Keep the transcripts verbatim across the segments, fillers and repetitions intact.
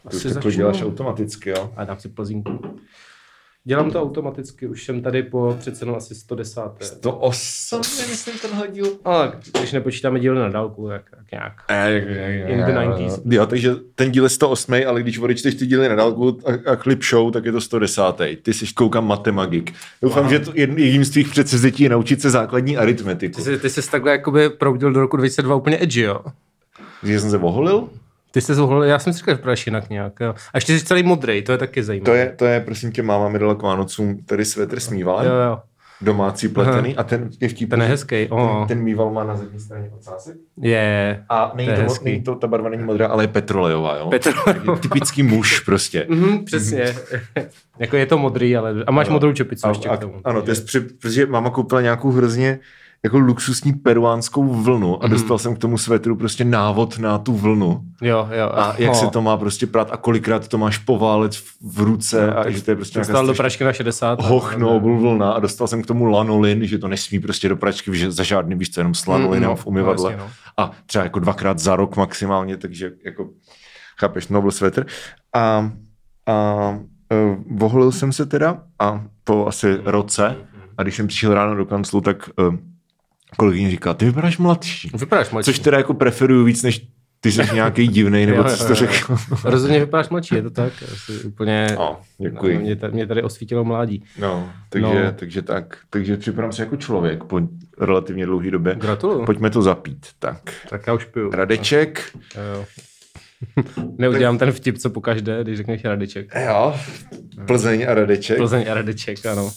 Asi to děláš automaticky, jo? A dám si plzínku. Dělám to automaticky, už jsem tady po přece jenom asi sto deset. sto osm, myslím, tenhle díl. Ale když nepočítáme díly na dálku, tak, tak nějak. In the nineties. Jo, takže ten díl je sto osm, ale když odečteš ty díly na dálku a, a clip show, tak je to sto deset. Ty jsi koukám Matemagik. Doufám, že to jedním z tvých předsevzetí je naučit se základní aritmetiku. Ty jsi, ty jsi takhle jakoby proudil do roku dva tisíce dva úplně edgy, jo? Že jsem se oholil? Ty jsi zvolil, já jsem si říkal, že vypadáš jinak nějak, jo. A ještě jsi celý modrý, to je taky zajímavé. To je, to je, prosím tě, máma mi dala k Vánocům tady svetr s mývalem. Jo, jo. Domácí pletený. Aha. A ten je vtipný. Ten je hezký. Oh. Ten, ten mýval má na zadní straně ocásek. Je. A není to, to, není to, ta barva není modrá, ale je petrolejová, jo? Petrolejová. Typický muž prostě. Mm, přesně. jako je to modrý, ale... A máš no. modrou čepicu a, ještě a, k tomu. Ano, to je, protože máma koupila nějakou hrozně jako luxusní peruánskou vlnu a dostal mm. jsem k tomu svetru prostě návod na tu vlnu. Jo, jo. A jak oh. se to má prostě prát a kolikrát to máš poválec v, v ruce no, a že to je prostě dostal do pračky na šedesát. Hochno, byl vlna a dostal jsem k tomu lanolin, že to nesmí prostě do pračky, že za žádný, víš co, jenom s lanolinem mm, no, v umyvadle. No, no. A třeba jako dvakrát za rok maximálně, takže jako chápeš, no byl svetr. A, a uh, voholil jsem se teda a po asi roce a když jsem přišel ráno do kanclu, tak uh, kolegyně říká, ty vypadáš mladší. Vypadáš mladší. Což teda jako preferuju víc, než ty jsi nějaký divnej, nebo co jsi to řekl. Rozhodně vypadáš mladší, je to tak. Asi úplně, no, děkuji. No, mě, tady, mě tady osvítilo mládí. No, takže, no. takže tak. Takže připadám se jako člověk po relativně dlouhé době. Gratuluju. Pojďme to zapít. Tak, tak já už piju. Radeček. Jo. Neudělám ten vtip, co pokaždé, když řekneš Radeček. Jo, Plzeň a Radeček. Plzeň a Radeček, ano.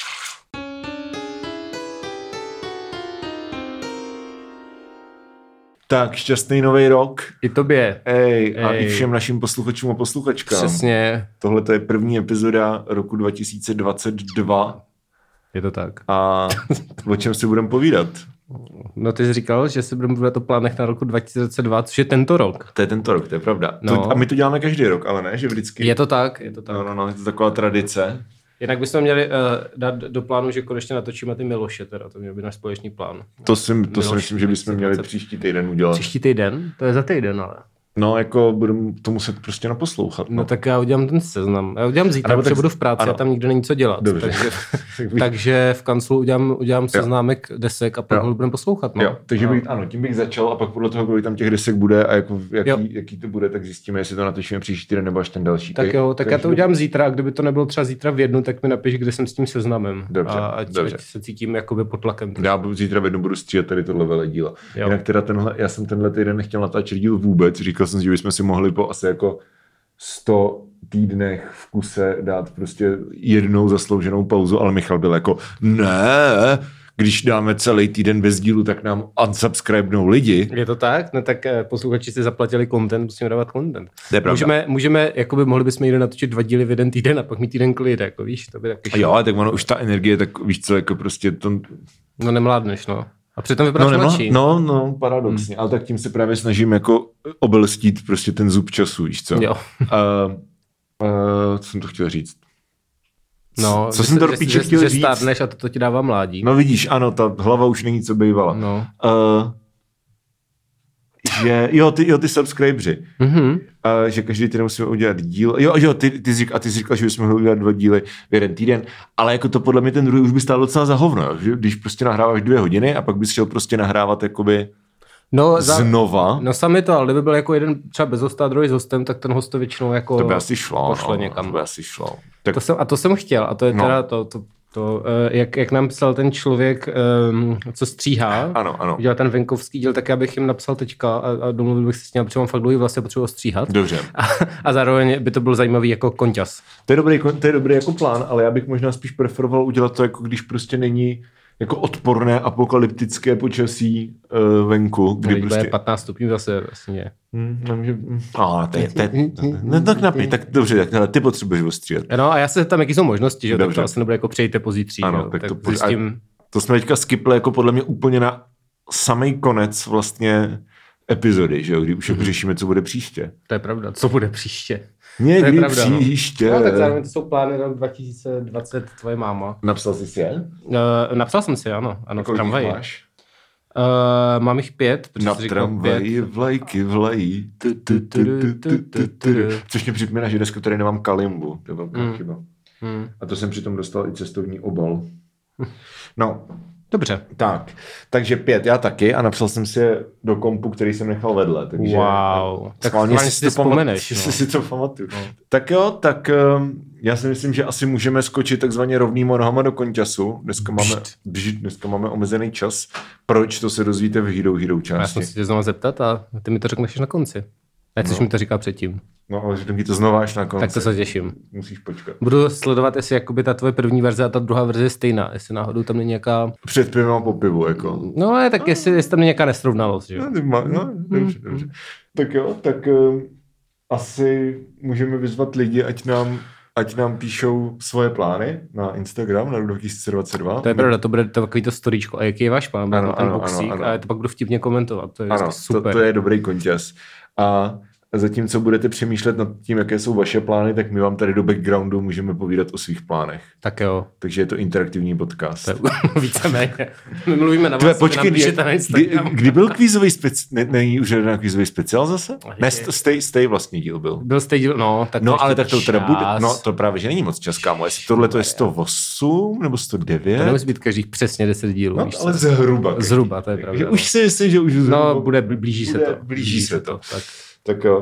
Tak, šťastný nový rok. I tobě. Ej, Ej. A i všem našim posluchačům a posluchačkám. Přesně. Tohle to je první epizoda roku dva tisíce dvacet dva. Je to tak. A o čem si budeme povídat? No ty jsi říkal, že si budeme povídat o plánech na roku dva tisíce dvacet dva, což je tento rok. To je tento rok, to je pravda. No. To, a my to děláme každý rok, ale ne, že vždycky. Je to tak, je to tak. No, no, no, je to taková tradice. Jinak bychom měli uh, dát do plánu, že konečně natočíme ty Miloše, teda to měl být náš společný plán. To si, to si myslím, že bychom měli příští týden udělat. Příští týden? To je za týden, ale. No, jako budu to muset prostě naposlouchat. No, no tak já udělám ten seznam. Já udělám zítra, protože tak... budu v práci ano. a tam nikdo není co dělat. Dobře. Takže, takže v kanclu udělám, udělám seznámek desek a pak ho budeme poslouchat. No. Jo, takže bych, ano, tím bych začal a pak podle toho, kolik tam těch desek bude a jako, jaký, jaký to bude, tak zjistíme, jestli to natočíme příští týden nebo až ten další. Tak jo, tak já to udělám zítra a kdyby to nebylo třeba zítra v jednu, tak mi napiš, kde jsem s tím seznamem. Dobře, a ať, dobře. ať se cítím jakoby pod tlakem. Já budu zítra v jednu budu stříhat tady tohle veledíla. Jinak teda tenhle, já jsem tenhle týden nechtěl natáčet díl vůbec, říkal jsem si, že bychom si mohli po asi jako sto týdnech v kuse dát prostě jednou zaslouženou pauzu, ale Michal byl jako, ne, když dáme celý týden bez dílu, tak nám unsubscribenou lidi. Je to tak? No tak posluchači si zaplatili content, musíme dávat content. Můžeme, můžeme, jakoby mohli bychom jít natočit dva díly v jeden týden a pak mít týden klid, jako víš, to by taky šlo. Jo, tak ono už ta energie, tak víš co, jako prostě to... No nemládneš, no. A přitom vypadáš no, mladší. No, no, paradoxně. Hmm. Ale tak tím se právě snažím jako obelstít prostě ten zub času, víš co? Jo. Uh, uh, co jsem to chtěl říct? No, co že, jsem to že, píče že, chtěl že říct? stárneš a to, to ti dává mládí. No vidíš, ano, ta hlava už není co bývala. No. Uh, že, jo, ty, jo, ty subscribeři. Mm-hmm. Uh, že každý týden musíme udělat díl. Jo, jo, ty, ty jsi, a ty jsi říkal, že bychom mohli udělat dva díly v jeden týden, ale jako to podle mě ten druhý už by stál docela za hovno, jo? Že když prostě nahráváš dvě hodiny a pak bys chtěl prostě nahrávat jakoby no, za, znova. No sami to, ale kdyby byl jako jeden třeba bez hosta a druhý s hostem, tak ten host to většinou jako to by asi šlo, pošle no, někam. To by asi šlo. Tak... To jsem, a to jsem chtěl a to je no. teda to, to, to jak, jak nám psal ten člověk, um, co stříhá, ano, ano. udělal ten venkovský díl, tak já bych jim napsal teďka a, a domluvil bych se s ním, protože mám fakt dlouhý vlastně potřebuji stříhat. Dobře. A, a zároveň by to byl zajímavý jako konťas. To je dobrý, to je dobrý jako plán, ale já bych možná spíš preferoval udělat to, jako když prostě není jako odporné apokalyptické počasí uh, venku. Kdy no, prostě... je patnáct stupňů zase vlastně. Hmm, nemůže... A, to je, to je, no tak napij, tak dobře, tak hele, ty potřebuješ ostříhat. No a já se tam, jaký jsou možnosti, že dobře. Tak to asi nebude jako přejte pozítří. Ano, jo, tak, tak to, zjistím... to jsme teďka skipli jako podle mě úplně na samý konec vlastně epizody, že jo, kdy už mm-hmm. řešíme, co bude příště. To je pravda, co bude příště. Někdy pravda, příště. No. no tak zároveň to jsou plány na dva tisíce dvacet, tvoje máma. Napsal jsi si je? Uh, napsal jsem si, ano. ano v tramvaji. Máš? Uh, mám jich pět. Na tramvaji vlajky vlají. Což mě připomíná, že dneska tady nemám kalimbu. To je velká mm. chyba. Mm. A to jsem přitom dostal i cestovní obal. No. Dobře. Tak, takže pět, já taky a napsal jsem si je do kompu, který jsem nechal vedle. Takže wow. Tak schválně si, si to vzpomeneš. No. si to pamatuju. No. Tak jo, tak um, já si myslím, že asi můžeme skočit takzvaně rovnýma nohama do konťasu. Dneska máme, bžit, dneska máme omezený čas. Proč, to se dozvíte v Hero Hero části. Já jsem si tě znovu zeptat a ty mi to řekneš na konci. Nechceš no. mi to říká předtím. No, ale že mi to znova až na konci. Tak to se těším. Musíš počkat. Budu sledovat, jestli jakoby ta tvoje první verze a ta druhá verze je stejná. Jestli náhodou tam není nějaká... Před pivem a po pivu, jako. No, ale tak jestli, jestli tam není nějaká nesrovnalost, že jo? No, no dobře, dobře. Tak jo, tak um, asi můžeme vyzvat lidi, ať nám, ať nám píšou svoje plány na Instagram na rok dva tisíce dvacet dva. To je pravda, to bude to takový to storíčko. A jaký je váš plán? Ano, ten ano, boxík, ano, ano. A já to pak budu vtipně komentovat. To je ano, super. To, to je dobrý konťas. A zatímco budete přemýšlet nad tím, jaké jsou vaše plány, tak my vám tady do backgroundu můžeme povídat o svých plánech. Tak jo. Takže je to interaktivní podcast. To je víceméně. My mluvíme na vás, počkej, kdy, kdy byl kvízový speciál? Ne, není už žádný kvízový speciál zase? Ne, stay, stay vlastně díl byl. Byl stay díl, no. Tak no, ale tak to teda bude, no to právě, že není moc čas, kámo. Jestli tohle to je sto osm nebo sto devět? To nemusí být každých přesně deset dílů. No, ale zhruba. Každý. Zhruba, to je pravda. Už si myslím, že už zhruba. No, bude, blíží se to. Blíží se to. Tak. Tak jo.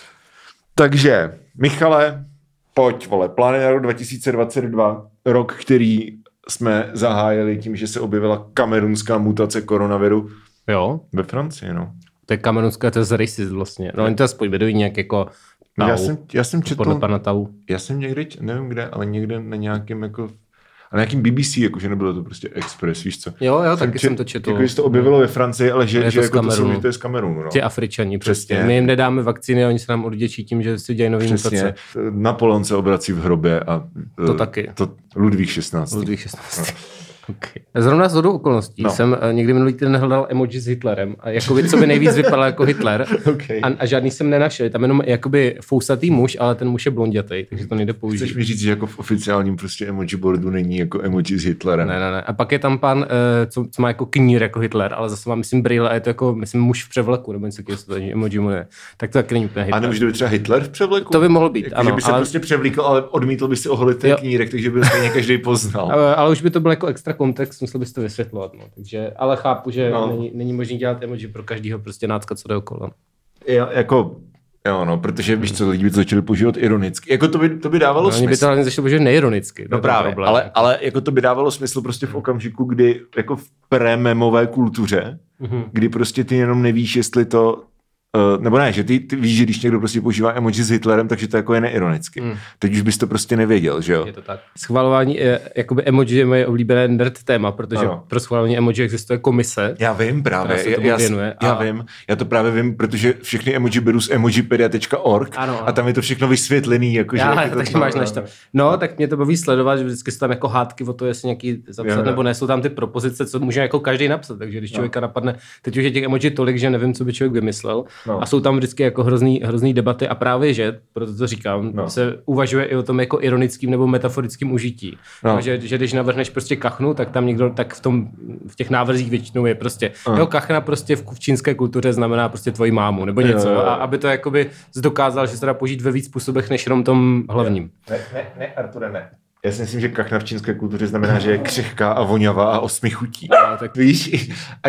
Takže, Michale, pojď, vole, plány na rok dva tisíce dvacet dva, rok, který jsme zahájili tím, že se objevila kamerunská mutace koronaviru. Jo. Ve Francii, no. To je kamerunská, to je z racist vlastně. No, oni to aspoň vedují nějak jako tau, já jsem, já jsem četl, podle pana Tau. Já jsem někde, nevím kde, ale někde na nějakém jako... A na nějakým B B C, jakože nebylo to prostě Express, víš co? Jo, jo, taky jsem, jsem to četl. Jako, že to objevilo ve Francii, ale že, že jako to, jsou, že to je z Kamerunu. No. Ti Afričani, přesně. My jim nedáme vakcíny, oni se nám odděčí tím, že si dělají nový mutace. Napoleon se obrací v hrobě a... To uh, taky. To Ludvík šestnáctý. Ludvík šestnáctý. No. Okay. Zrovna z hodou okolností no. jsem uh, někdy minulý týden hledal emoji s Hitlerem a jakoby, co by nejvíc vypadal jako Hitler okay. a, a žádný jsem nenašel. Tam jenom jakoby fousatý muž, ale ten muž je blondětej, takže to nejde použít. Chceš mi říct, že jako v oficiálním prostě emoji boardu není jako emoji s Hitlerem? Ne, ne, ne. A pak je tam pan, uh, co, co má jako knír jako Hitler, ale zase má, myslím, brýle a je to jako, myslím, muž v převleku, nebo něco takového, to emoji mu ne. Tak to taky není úplně Hitler. A nemůže to být třeba Hitler v převleku? To by mohlo být, jako, ano. Že by se ale... prostě převlíkl, ale odmítl by si oholit ten knírek, takže by stejně každý poznal. ale, ale už by to byl jako extra kontext, musel bys to vysvětlovat. No. Takže, ale chápu, že no. není, není možný dělat emoji pro každého prostě nácka, co jde okolo. Jo, jako, jo, no, protože víš co, lidi by to začali používat ironicky. Jako to by, to by dávalo no, smysl. Oni by to hlavně začali používat neironicky. No právě, problém, ale, ale jako to by dávalo smysl prostě v okamžiku, kdy jako v pré-memové kultuře, mm-hmm. kdy prostě ty jenom nevíš, jestli to Uh, nebo ne, že ty, ty víš, že když někdo prostě používá emoji s Hitlerem, takže to jako je neironicky. Mm. Teď už bys to prostě nevěděl, že jo? Je to tak. Schvalování je, jakoby emoji je moje oblíbené nerd téma, protože ano. pro schvalování emoji existuje komise. Já vím právě. Se tomu já, věnuje, já a... vím. Já to právě vím, protože všechny emoji beru z emojipedia tečka org a tam je to všechno vysvětlený. Jako, já, že, takže máš naš tam. No, tak mě to baví sledovat, že vždycky jsou tam jako hádky o to, jestli nějaký zapsat, jo, nebo ne, jsou tam ty propozice, co může jako každý napsat. Takže když člověka no. napadne, teď už je těch emoji tolik, že nevím, co by člověk vymyslel. No. A jsou tam vždycky jako hrozný, hrozný debaty a právě, že, proto to říkám, no. se uvažuje i o tom jako ironickým nebo metaforickým užití. No. Že, že když navrhneš prostě kachnu, tak tam někdo, tak v tom, v těch návrzích většinou je prostě, no. jo, kachna prostě v, v čínské kultuře znamená prostě tvoji mámu, nebo něco, jo, jo, jo. A aby to jakoby dokázal, že se dá použít ve víc způsobech, než jenom tom hlavním. Ne, ne, ne, Arture, ne. Já si myslím, že kachna v čínské kultuře znamená, že je křehká a vonavá a osmi chutí. No, tak víš,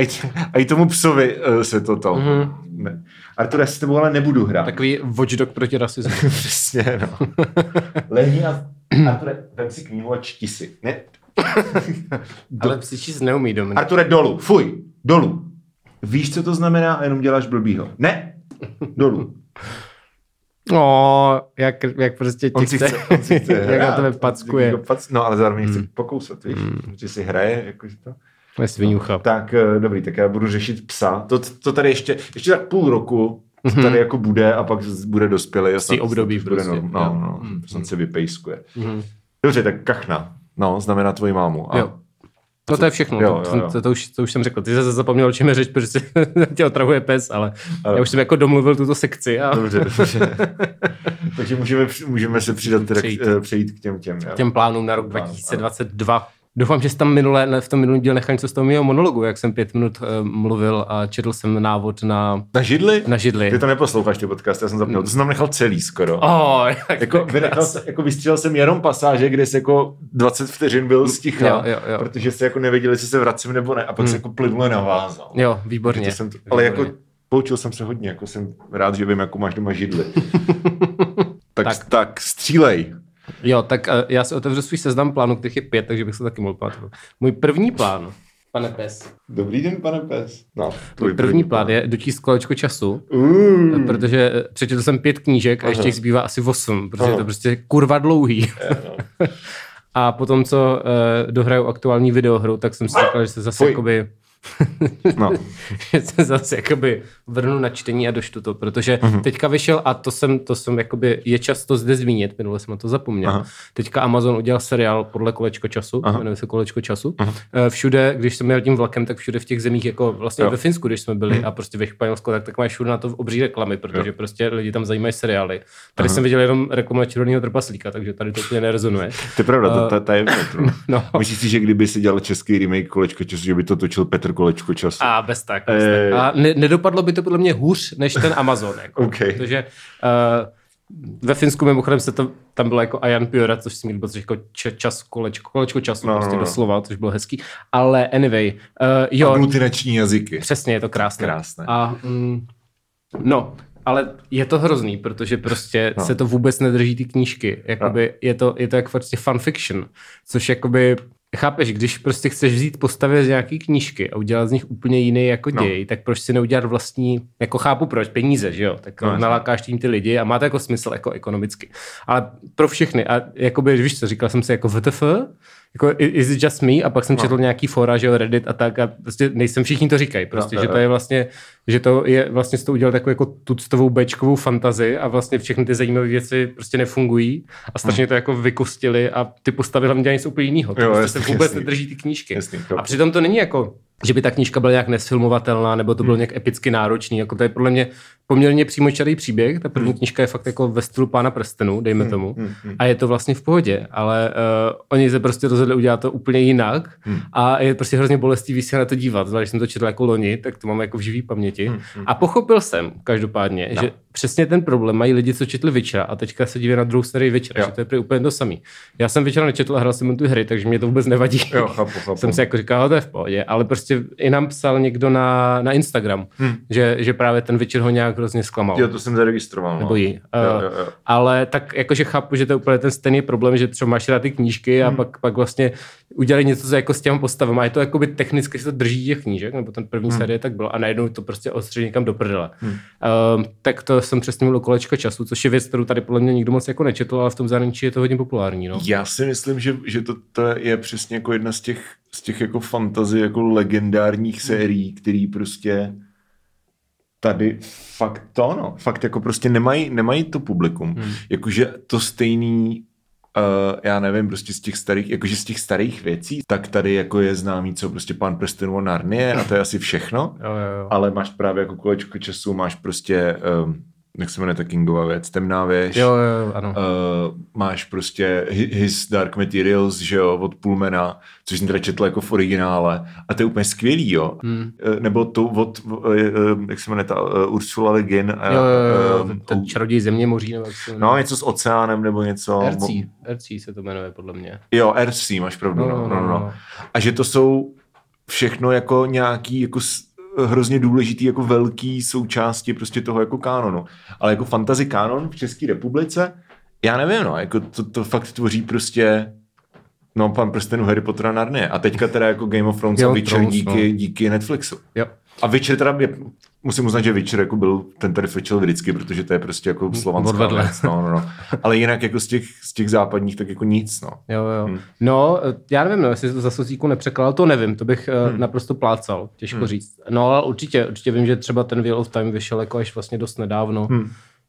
a i tomu psovi uh, se to to. Mm-hmm. Ne. Artur, já s tebou ale nebudu hrát. Takový watchdog proti rasismu. Přesně, no. Lehni a... Arture, vem si knihu a čti si. Ne? Ale si číst neumí, Dominik. Arture, dolů, fuj, dolů. Víš, co to znamená a jenom děláš blbýho. Ne, dolů. No, jak, jak prostě ti chce, chce, on si chce jak na tebe packuje. No, ale zároveň chce mm. pokousat, víš, mm. že si hraje, jakože to. Je sviňucha. No, tak dobrý, tak já budu řešit psa. To, to tady ještě, ještě tak půl roku to tady mm-hmm. jako bude a pak bude dospělý. Jsi období prostě. Bude, no, no, no mm. snad se vypejskuje. Mm. Dobře, tak kachna. No, znamená tvoji mámu. A jo. No to je všechno, jo, to, jo, jo. To, to, už, to už jsem řekl. Ty jsi zase zapomněl, o čem je řeč, protože tě otravuje pes, ale, ale já už jsem jako domluvil tuto sekci. A... Dobře, dobře. Takže můžeme, můžeme se přidat teda přejít. K, přejít k těm těm. K těm plánům na rok dva tisíce dvacet dva. Doufám, že jsi tam minule, v tom minulém díle nechal něco z toho mého monologu, jak jsem pět minut uh, mluvil a četl jsem návod na... Na židli? Na židli. Ty to neposloucháš, ty podcast, já jsem zapněl. To jsem tam nechal celý skoro. Oh, jako, vynechal, jako vystřílel jsem jenom pasáže, kde jsi jako dvacet vteřin byl sticha, jo, jo, jo. protože jsi jako nevěděl, jestli se vracím nebo ne. A pak hmm. se jako plynule navázal. Jo, výborně. Jsem to, výborně. Ale jako poučil jsem se hodně, jako jsem rád, že vím, jakou máš doma židli. tak, tak. tak střílej. Jo, tak uh, já si otevřu svůj seznam plánů, kterých je pět, takže bych se taky mohl pamatovat. Můj první plán, pane Pes. Dobrý den, pane Pes. No, můj první, první plán je dočíst Kolečko času, mm. protože přečetl jsem pět knížek a Aha. ještě jich zbývá asi osm, protože Aha. je to prostě kurva dlouhý. A potom, co uh, dohraju aktuální videohru, tak jsem si říkal, že se zase Fuj. jakoby... no. že se zase jakoby vrhnu na čtení a doštu to, protože uh-huh. teďka vyšel, a to jsem, to jsem jakoby, je čas to zde zmínit, minule jsem na to zapomněl. Uh-huh. Teďka Amazon udělal seriál podle Kolečko času, uh-huh. jmenuje se Kolečko času. Uh-huh. Všude, když jsem jel tím vlakem, tak všude v těch zemích, jako vlastně jo. ve Finsku, když jsme byli uh-huh. a prostě ve Španělsku, tak, tak mají všude na to obří reklamy, protože jo. prostě lidi tam zajímají seriály. Tady uh-huh. jsem viděl jenom reklamu na Červeného trpaslíka, takže tady to úplně nerezonuje. To je pravda, uh, to, to, to je no. Myslíš si, že kdyby si dělal český remake Kolečko času, že by to točil Petr Kolečko času? A bez tak. Bez e... tak. A ne, nedopadlo by to podle mě hůř než ten Amazon. Jako, okay. Protože uh, ve Finsku mimochodem se to, tam bylo jako Ajan Piora, což si měl byl jako čas, kolečko, kolečko času, no, prostě no, doslova, což bylo hezký. Ale anyway. Uh, jo, aglutinační jazyky. Přesně, je to krásné. krásné. A mm, no, ale je to hrozný, protože prostě no. se to vůbec nedrží ty knížky. Jakoby no. je, to, je to jako vlastně fanfiction, což jakoby... Chápeš, když prostě chceš vzít postavy z nějaký knížky a udělat z nich úplně jiný jako děj, no. tak proč si neudělat vlastní, jako chápu proč, peníze, že jo, tak no, nalákáš tím ty lidi a má to jako smysl jako ekonomicky. Ale pro všechny a jakoby, víš co, říkal jsem si jako W T F, jako is it just me a pak jsem no. četl nějaký fora, že jo, Reddit a tak a prostě nejsem, všichni to říkají, prostě, no, že to je vlastně, že to je vlastně to udělat jako, jako tuctovou béčkovou fantazii a vlastně všechny ty zajímavé věci prostě nefungují a strašně hmm. to jako vykostili a ty postavy hlavně dělají něco úplně jiného. To prostě se vůbec jasný. nedrží ty knížky. Jasný, a přitom to není jako, že by ta knížka byla nějak nesfilmovatelná nebo to bylo hmm. nějak epicky náročný, jako to je podle mě poměrně přímočarý příběh, ta první hmm. knížka je fakt jako ve stylu Pána prstenů, dejme hmm. tomu, hmm. a je to vlastně v pohodě, ale uh, oni se prostě rozhodli udělat to úplně jinak hmm. a je prostě hrozně bolestivý se na to dívat, zvlášť jsem to četl jako loni, tak to mám jako v živý paměti hmm. a pochopil jsem každopádně, no. že přesně ten problém mají lidi, co četli Witchera a teďka se dívají na druhou sérii Witchera, že to je prý úplně to samý. Já jsem Witchera nečetl a hrál jsem tu hry, takže mě to vůbec nevadí. Jo, chápu, chápu. Jsem si jako říkal, to je v pohodě, ale prostě i nám psal někdo na, na Instagram, hmm. že, že právě ten Witcher ho nějak hrozně zklamal. Jo, to jsem zaregistroval. Nebo jí. Jo, jo, jo. Ale tak jakože chápu, že to je úplně ten stejný problém, že třeba máš rád ty knížky a hmm. pak, pak vlastně udělali něco za jako s těma postavama. A je to jakoby technicky, že to drží těch knížek, nebo ten první hmm. série tak bylo a najednou to prostě ostří někam do prdele. Hmm. Uh, tak to jsem přesně mluvil o Kolečko času, což je věc, kterou tady podle mě nikdo moc jako nečetl, ale v tom zahraničí je to hodně populární. No. Já si myslím, že, že to, to je přesně jako jedna z těch, z těch jako fantasy, jako legendárních sérií, který prostě tady fakt to, no, fakt jako prostě nemají, nemají to publikum. Hmm. Jakože to stejný, uh, já nevím, prostě z těch starých, jakože z těch starých věcí, tak tady jako je známý, co prostě Pán prstenů a Narnie a to je asi všechno, jo, jo, jo. Ale máš právě jako Kolečko času, máš prostě... Um, jak se jmenuje ta Kingova věc, Temná věž. Jo, jo, ano. Uh, máš prostě His Dark Materials, že jo, od Pullmana, což jsem teda četl jako v originále. A to je úplně skvělý, jo. Hmm. Uh, nebo to od, uh, jak se jmenuje ta uh, Ursula Le Guin. Uh, jo, jo, jo, um, ten čaroděj země moří. Nebo no, něco s oceánem, nebo něco. Earthsea, Earthsea se to jmenuje, podle mě. Jo, Earthsea, máš pravdu. No, no, no, no, no. A že to jsou všechno jako nějaký, jako hrozně důležitý jako velký součásti prostě toho jako kánonu. Ale jako fantasy kánon v České republice, já nevím, no, jako to, to fakt tvoří prostě no, Pán prstenů, Harry Potter a Narnie. A teďka teda jako Game of Thrones a Witcher Thrones, díky, no. díky Netflixu. Jo. A Witcher teda, je, musím uznat, že Witcher jako byl, ten tady fičil vždycky, protože to je prostě jako slovanská věc. No, no, no. Ale jinak jako z těch, z těch západních tak jako nic, no. Jo, jo. Hmm. No, já nevím, no, jestli to za socíku nepřekládal, to nevím, to bych hmm. uh, naprosto plácal, těžko hmm. říct. No, ale určitě, určitě vím, že třeba ten Wheel of Time vyšel jako až vlastně dost nedávno. Hmm.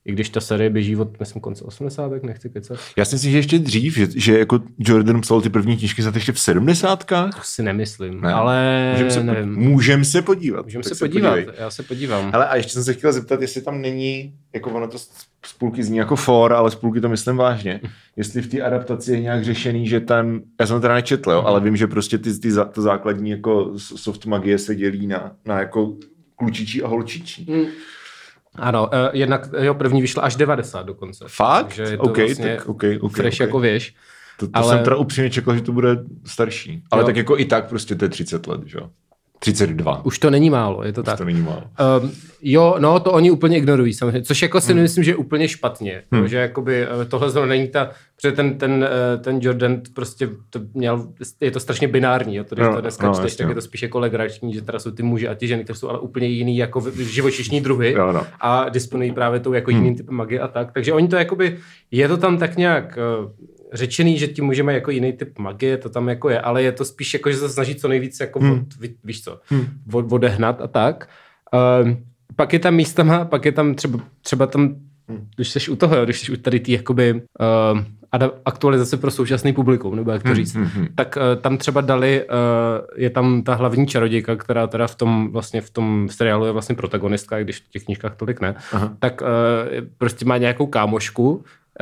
i když ta série běží od, myslím, konce osmdesátek, nechci kecat. Já si myslím, že ještě dřív, že, že jako Jordan psal ty první knížky za ještě v sedmdesátkách? To si nemyslím, ne. ale můžeme se, nevím. Můžem se podívat. Můžeme se, se podívat, podívej. Já se podívám. Hele, a ještě jsem se chtěl zeptat, jestli tam není, jako ono to z půlky zní jako for, ale z půlky to myslím vážně, jestli v té adaptaci je nějak řešený, že tam, já jsem to teda nečetl, jo, ale vím, že prostě ty, ty to základní jako soft magie se dělí na, na jako klučičí a holčičí. Hmm. Ano, uh, jednak jeho první vyšla až devadesát dokonce. Fakt? Takže je to okay, vlastně tak, okay, okay, fresh okay. jako věž. To, to ale... jsem teda upřímně čekal, že to bude starší. Ale jo. Tak jako i tak prostě to je třicet let, že jo? třicet dva. Už to není málo, je to Už tak. to není málo. Um, jo, no to oni úplně ignorují samozřejmě, což jako si hmm. nemyslím, že je úplně špatně. Hmm. Že jakoby tohle zrovna není ta, protože ten, ten, ten Jordan prostě to měl, je to strašně binární, jo, to, když no, to dneska no, čteš, jasně. Tak je to spíš jako legrační, že teda jsou ty muži a ty ženy, které jsou ale úplně jiný jako živočišní druhy jo, no. a disponují právě tou jako jiným hmm. typem magie a tak. Takže oni to jakoby, je to tam tak nějak řečený, že ti můžeme jako jiný typ magie, to tam jako je, ale je to spíš jako, že se snaží co nejvíc jako hmm. od, víš co, hmm. od, odehnat a tak. Uh, pak je tam místama, pak je tam třeba, třeba tam, hmm. když jsi u toho, jo, když jsi u tady tý jakoby uh, aktualizace pro současný publikum, nebo jak to říct, hmm. Hmm. tak uh, tam třeba dali, uh, je tam ta hlavní čarodějka, která teda v tom vlastně v tom seriálu je vlastně protagonistka, když v těch knížkách tolik ne, Aha. tak uh, prostě má nějakou kámošku,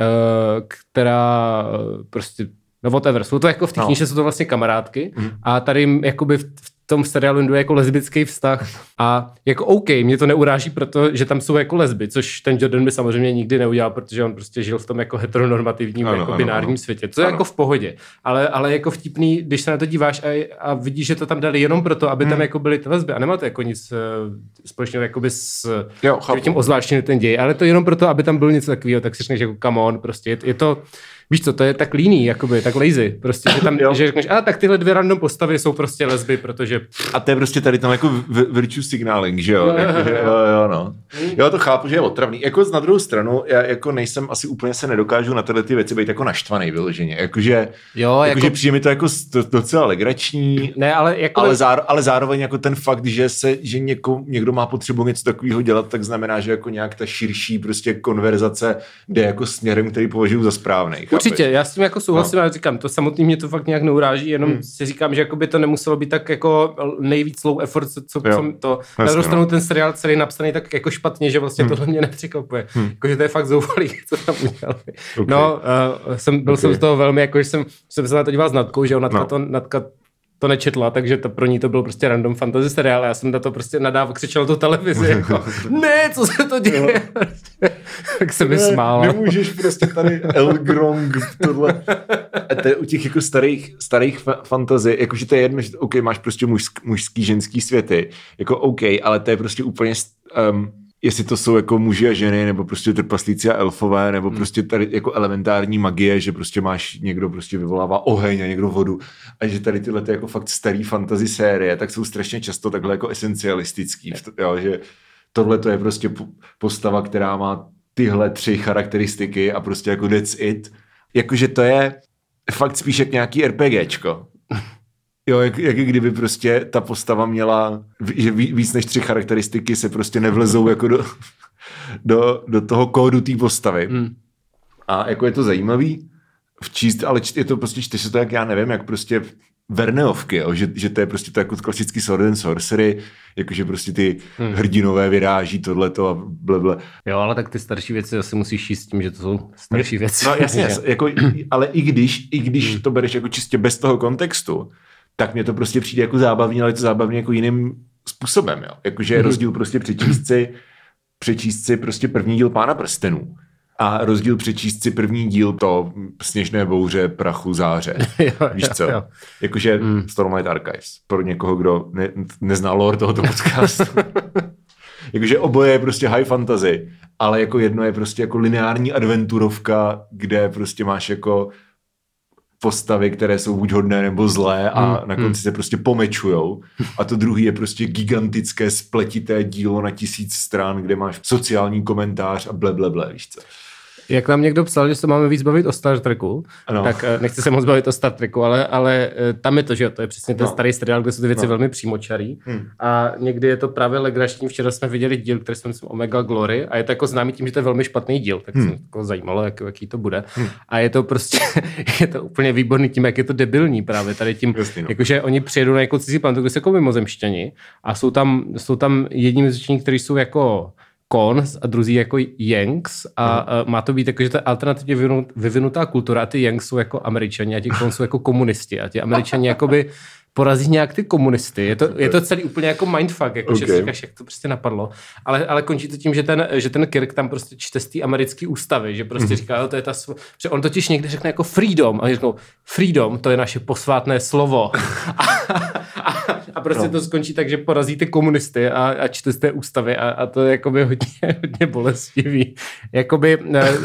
která prostě, no whatever, jsou to jako v té no. knížce, jsou to vlastně kamarádky mm. a tady jim jakoby v tom seriálu je jako lesbický vztah a jako OK, mě to neuráží, protože tam jsou jako lesby, což ten Jordan by samozřejmě nikdy neudělal, protože on prostě žil v tom jako heteronormativním ano, jako ano, binárním ano. světě, to je ano. jako v pohodě, ale, ale jako vtipný, když se na to díváš a, a vidíš, že to tam dali jenom proto, aby mm. tam jako byly ty lesby a nemá to jako nic uh, společného jakoby s jo, tím ozvláštním ten děj, ale to jenom proto, aby tam bylo něco takového, tak si řekneš jako come on, prostě je, je to víš co, to je tak líný, jakoby, tak lazy, prostě, že tam, že řekneš, a tak tyhle dvě random postavy jsou prostě lesby, protože... A to je prostě tady tam jako virtue signaling, že jo, jako, že, jo, jo, no. Jo, to chápu, že je otravný. Jako na druhou stranu, já jako nejsem, asi úplně se nedokážu na tyhle ty věci být jako naštvaný vyloženě, jakože, jo, jako, jako... přijde mi to jako docela legrační, ne, ale, jako... ale, záro, ale zároveň jako ten fakt, že se, že něko, někdo má potřebu něco takového dělat, tak znamená, že jako nějak ta širší prostě konverzace jde jako směrem, který považuji za správný. Určitě, já s tím jako souhlasím, no. A říkám, to samotný mě to fakt nějak neuráží, jenom hmm. si říkám, že jako by to nemuselo být tak jako nejvíc low effort, co, co to. Na druhou stranu ten seriál celý napsaný tak jako špatně, že vlastně hmm. tohle mě nepřekvapuje. Hmm. Jakože to je fakt zoufalý, co tam udělali. Okay. No, uh, jsem, byl okay. jsem z toho velmi, jako, že jsem, jsem se na to díval s Natkou, že Natka, no. to, Natka to nečetla, takže to pro ní to byl prostě random fantasy seriál. Já jsem na to prostě nadával, křičel tu televizi, jako, ne, co se to děje? Tak se mi smála. Nemůžeš prostě tady Elgrong, tohle. A to je u těch jako starých, starých fantasy, jakože to je jedno, že OK, máš prostě mužsk, mužský, ženský světy, jako OK, ale to je prostě úplně... Um, jestli to jsou jako muži a ženy, nebo prostě trpaslíci a elfové, nebo hmm. prostě tady jako elementární magie, že prostě máš, někdo prostě vyvolává oheň a někdo vodu a že tady tyhle ty jako fakt starý fantasy série, tak jsou strašně často takhle jako esencialistický, jo, že tohle to je prostě postava, která má tyhle tři charakteristiky a prostě jako that's it. Jakože to je fakt spíš jak nějaký RPGčko. Jo, jak, jak kdyby prostě ta postava měla, že víc než tři charakteristiky se prostě nevlezou jako do, do, do toho kódu té postavy. Hmm. A jako je to zajímavý včíst, ale je to prostě, čteš se to jak já nevím, jak prostě Verneovky, jo, že, že to je prostě to jako klasický sword and sorcery, jakože prostě ty hmm. hrdinové vyráží tohleto a blablabla. Jo, ale tak ty starší věci asi musíš jíst s tím, že to jsou starší věci. No jasně, jako, ale i když, i když hmm. to bereš jako čistě bez toho kontextu, tak mně to prostě přijde jako zábavně, ale je to zábavně jako jiným způsobem, jo. Jakože je rozdíl prostě přečíst si, přečíst si prostě první díl Pána prstenů a rozdíl přečíst si první díl to Sněžné bouře, prachu, záře. jo, Víš co? Jo, jo. Jakože mm. Stormlight Archives. Pro někoho, kdo ne, nezná lore tohoto podcastu. Jakože oboje je prostě high fantasy, ale jako jedno je prostě jako lineární adventurovka, kde prostě máš jako postavy, které jsou buď hodné nebo zlé a hmm, na konci hmm. se prostě pomečujou. A to druhý je prostě gigantické spletité dílo na tisíc stran, kde máš sociální komentář a bleblable, víš co. Jak nám někdo psal, že se máme víc bavit o Star Treku, ano. tak nechci se moc bavit o Star Treku, ale, ale tam je to, že to je přesně ten no. starý seriál, kde jsou ty věci no. velmi přímočarý. Hmm. A někdy je to právě legrační. Včera jsme viděli díl, který jsem myslel Omega Glory a je to jako známý tím, že to je velmi špatný díl, tak hmm. se jako zajímalo, jak, jaký to bude. Hmm. A je to prostě, je to úplně výborný tím, jak je to debilní právě tady tím, Jasný, no. jakože oni přijedou na jako cizí planetu, kde jsou jako mimozemšťani a jsou tam, jsou tam jedni mimozemšťani, kteří jsou jako Kons a druzí jako Yanks a hmm. má to být jako, že to je alternativně vyvinutá kultura a ty Yanks jsou jako Američani a ti Kons jsou jako komunisti a ti Američani jakoby porazí nějak ty komunisty. Je to, je to celý úplně jako mindfuck, jako, okay. že si říkáš, jak to prostě napadlo. Ale, ale končí to tím, že ten, že ten Kirk tam prostě čte z té americké ústavy, že prostě mm-hmm. říká, jo, to je ta svo... že on totiž někdy řekne jako freedom a oni řeknou, freedom, to je naše posvátné slovo. a, a, a prostě no. to skončí tak, že porazí ty komunisty a, a čte z té ústavy a, a to je jakoby hodně, hodně bolestivý. Jakoby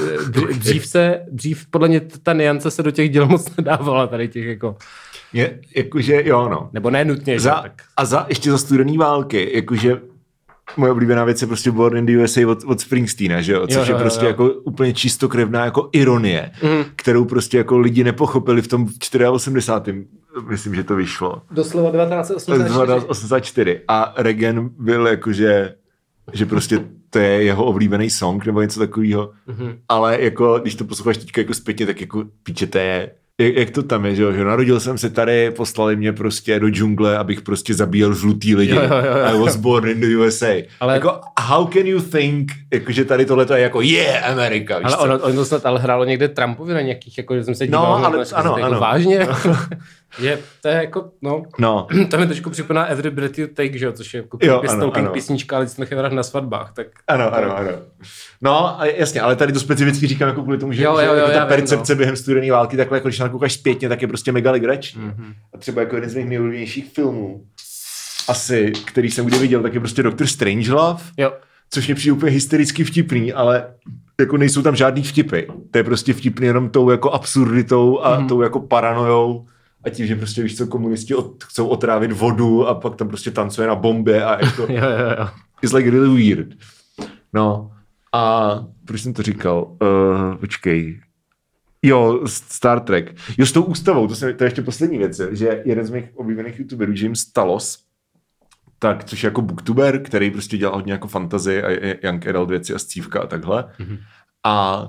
dřív se, dřív podle mě ta niance se do těch děl moc nedávala tady těch jako Je, jakože, jo, no. Nebo ne nutně, za, že tak. A za, ještě za studený války, jakože moje oblíbená věc je prostě Born in the U S A od, od Springsteena, že jo, což jo, jo, je prostě jo. jako úplně čistokrevná jako ironie, mm. kterou prostě jako lidi nepochopili v tom osmdesátém myslím, že to vyšlo. Doslova devatenáct osmdesát čtyři A Reagan byl jakože, že prostě to je jeho oblíbený song nebo něco takového, mm-hmm. ale jako, když to posloucháš teďka jako zpětně, tak jako píče, to je Jak, jak to tam je, že, že narodil jsem se tady, poslali mě prostě do džungle, abych prostě zabíjel žlutý lidi. Jo, jo, jo, jo. I was born in the U S A. Ale jako, how can you think, jako, že tady tohleto je jako, yeah, Amerika. Ale ono, ono to snad ale hrálo někde Trumpovi na nějakých, jako, že jsem se díval, no, ale, na, ano, jako, ano. vážně. je, to je jako, no, no. to mi trošku připomíná Every Breath You Take, že jo, což je jako pěstouking písnička, ale jsme hrát na svatbách. Tak, ano, ano, ano. No, jasně, ale tady to specificky říkám jako kvůli tomu, že, jo, že jo, jo, jako ta vím, percepce no. během studené války, takhle jako když na koukáš zpětně, tak je prostě mega legrační. Mm-hmm. A třeba jako jeden z mých nejoblíbenějších filmů, asi, který jsem kde viděl, tak je prostě doktor Strangelove, jo. což mě přijde úplně hystericky vtipný, ale jako nejsou tam žádný vtipy. To je prostě vtipný jenom tou jako absurditou a mm-hmm. tou jako paranojou a tím, že prostě víš co, komunisti od, chcou otrávit vodu a pak tam prostě tancuje na bombě a jako jo, jo, jo. It's like really weird. No a proč jsem to říkal? Uh, počkej. Jo, Star Trek. Jo, s tou ústavou, to, jsem, to je ještě poslední věc, že jeden z mých oblíbených youtuberů, James Talos, tak, což je jako booktuber, který prostě dělá hodně jako fantasy a young adult věci a scívka a takhle. Mm-hmm. A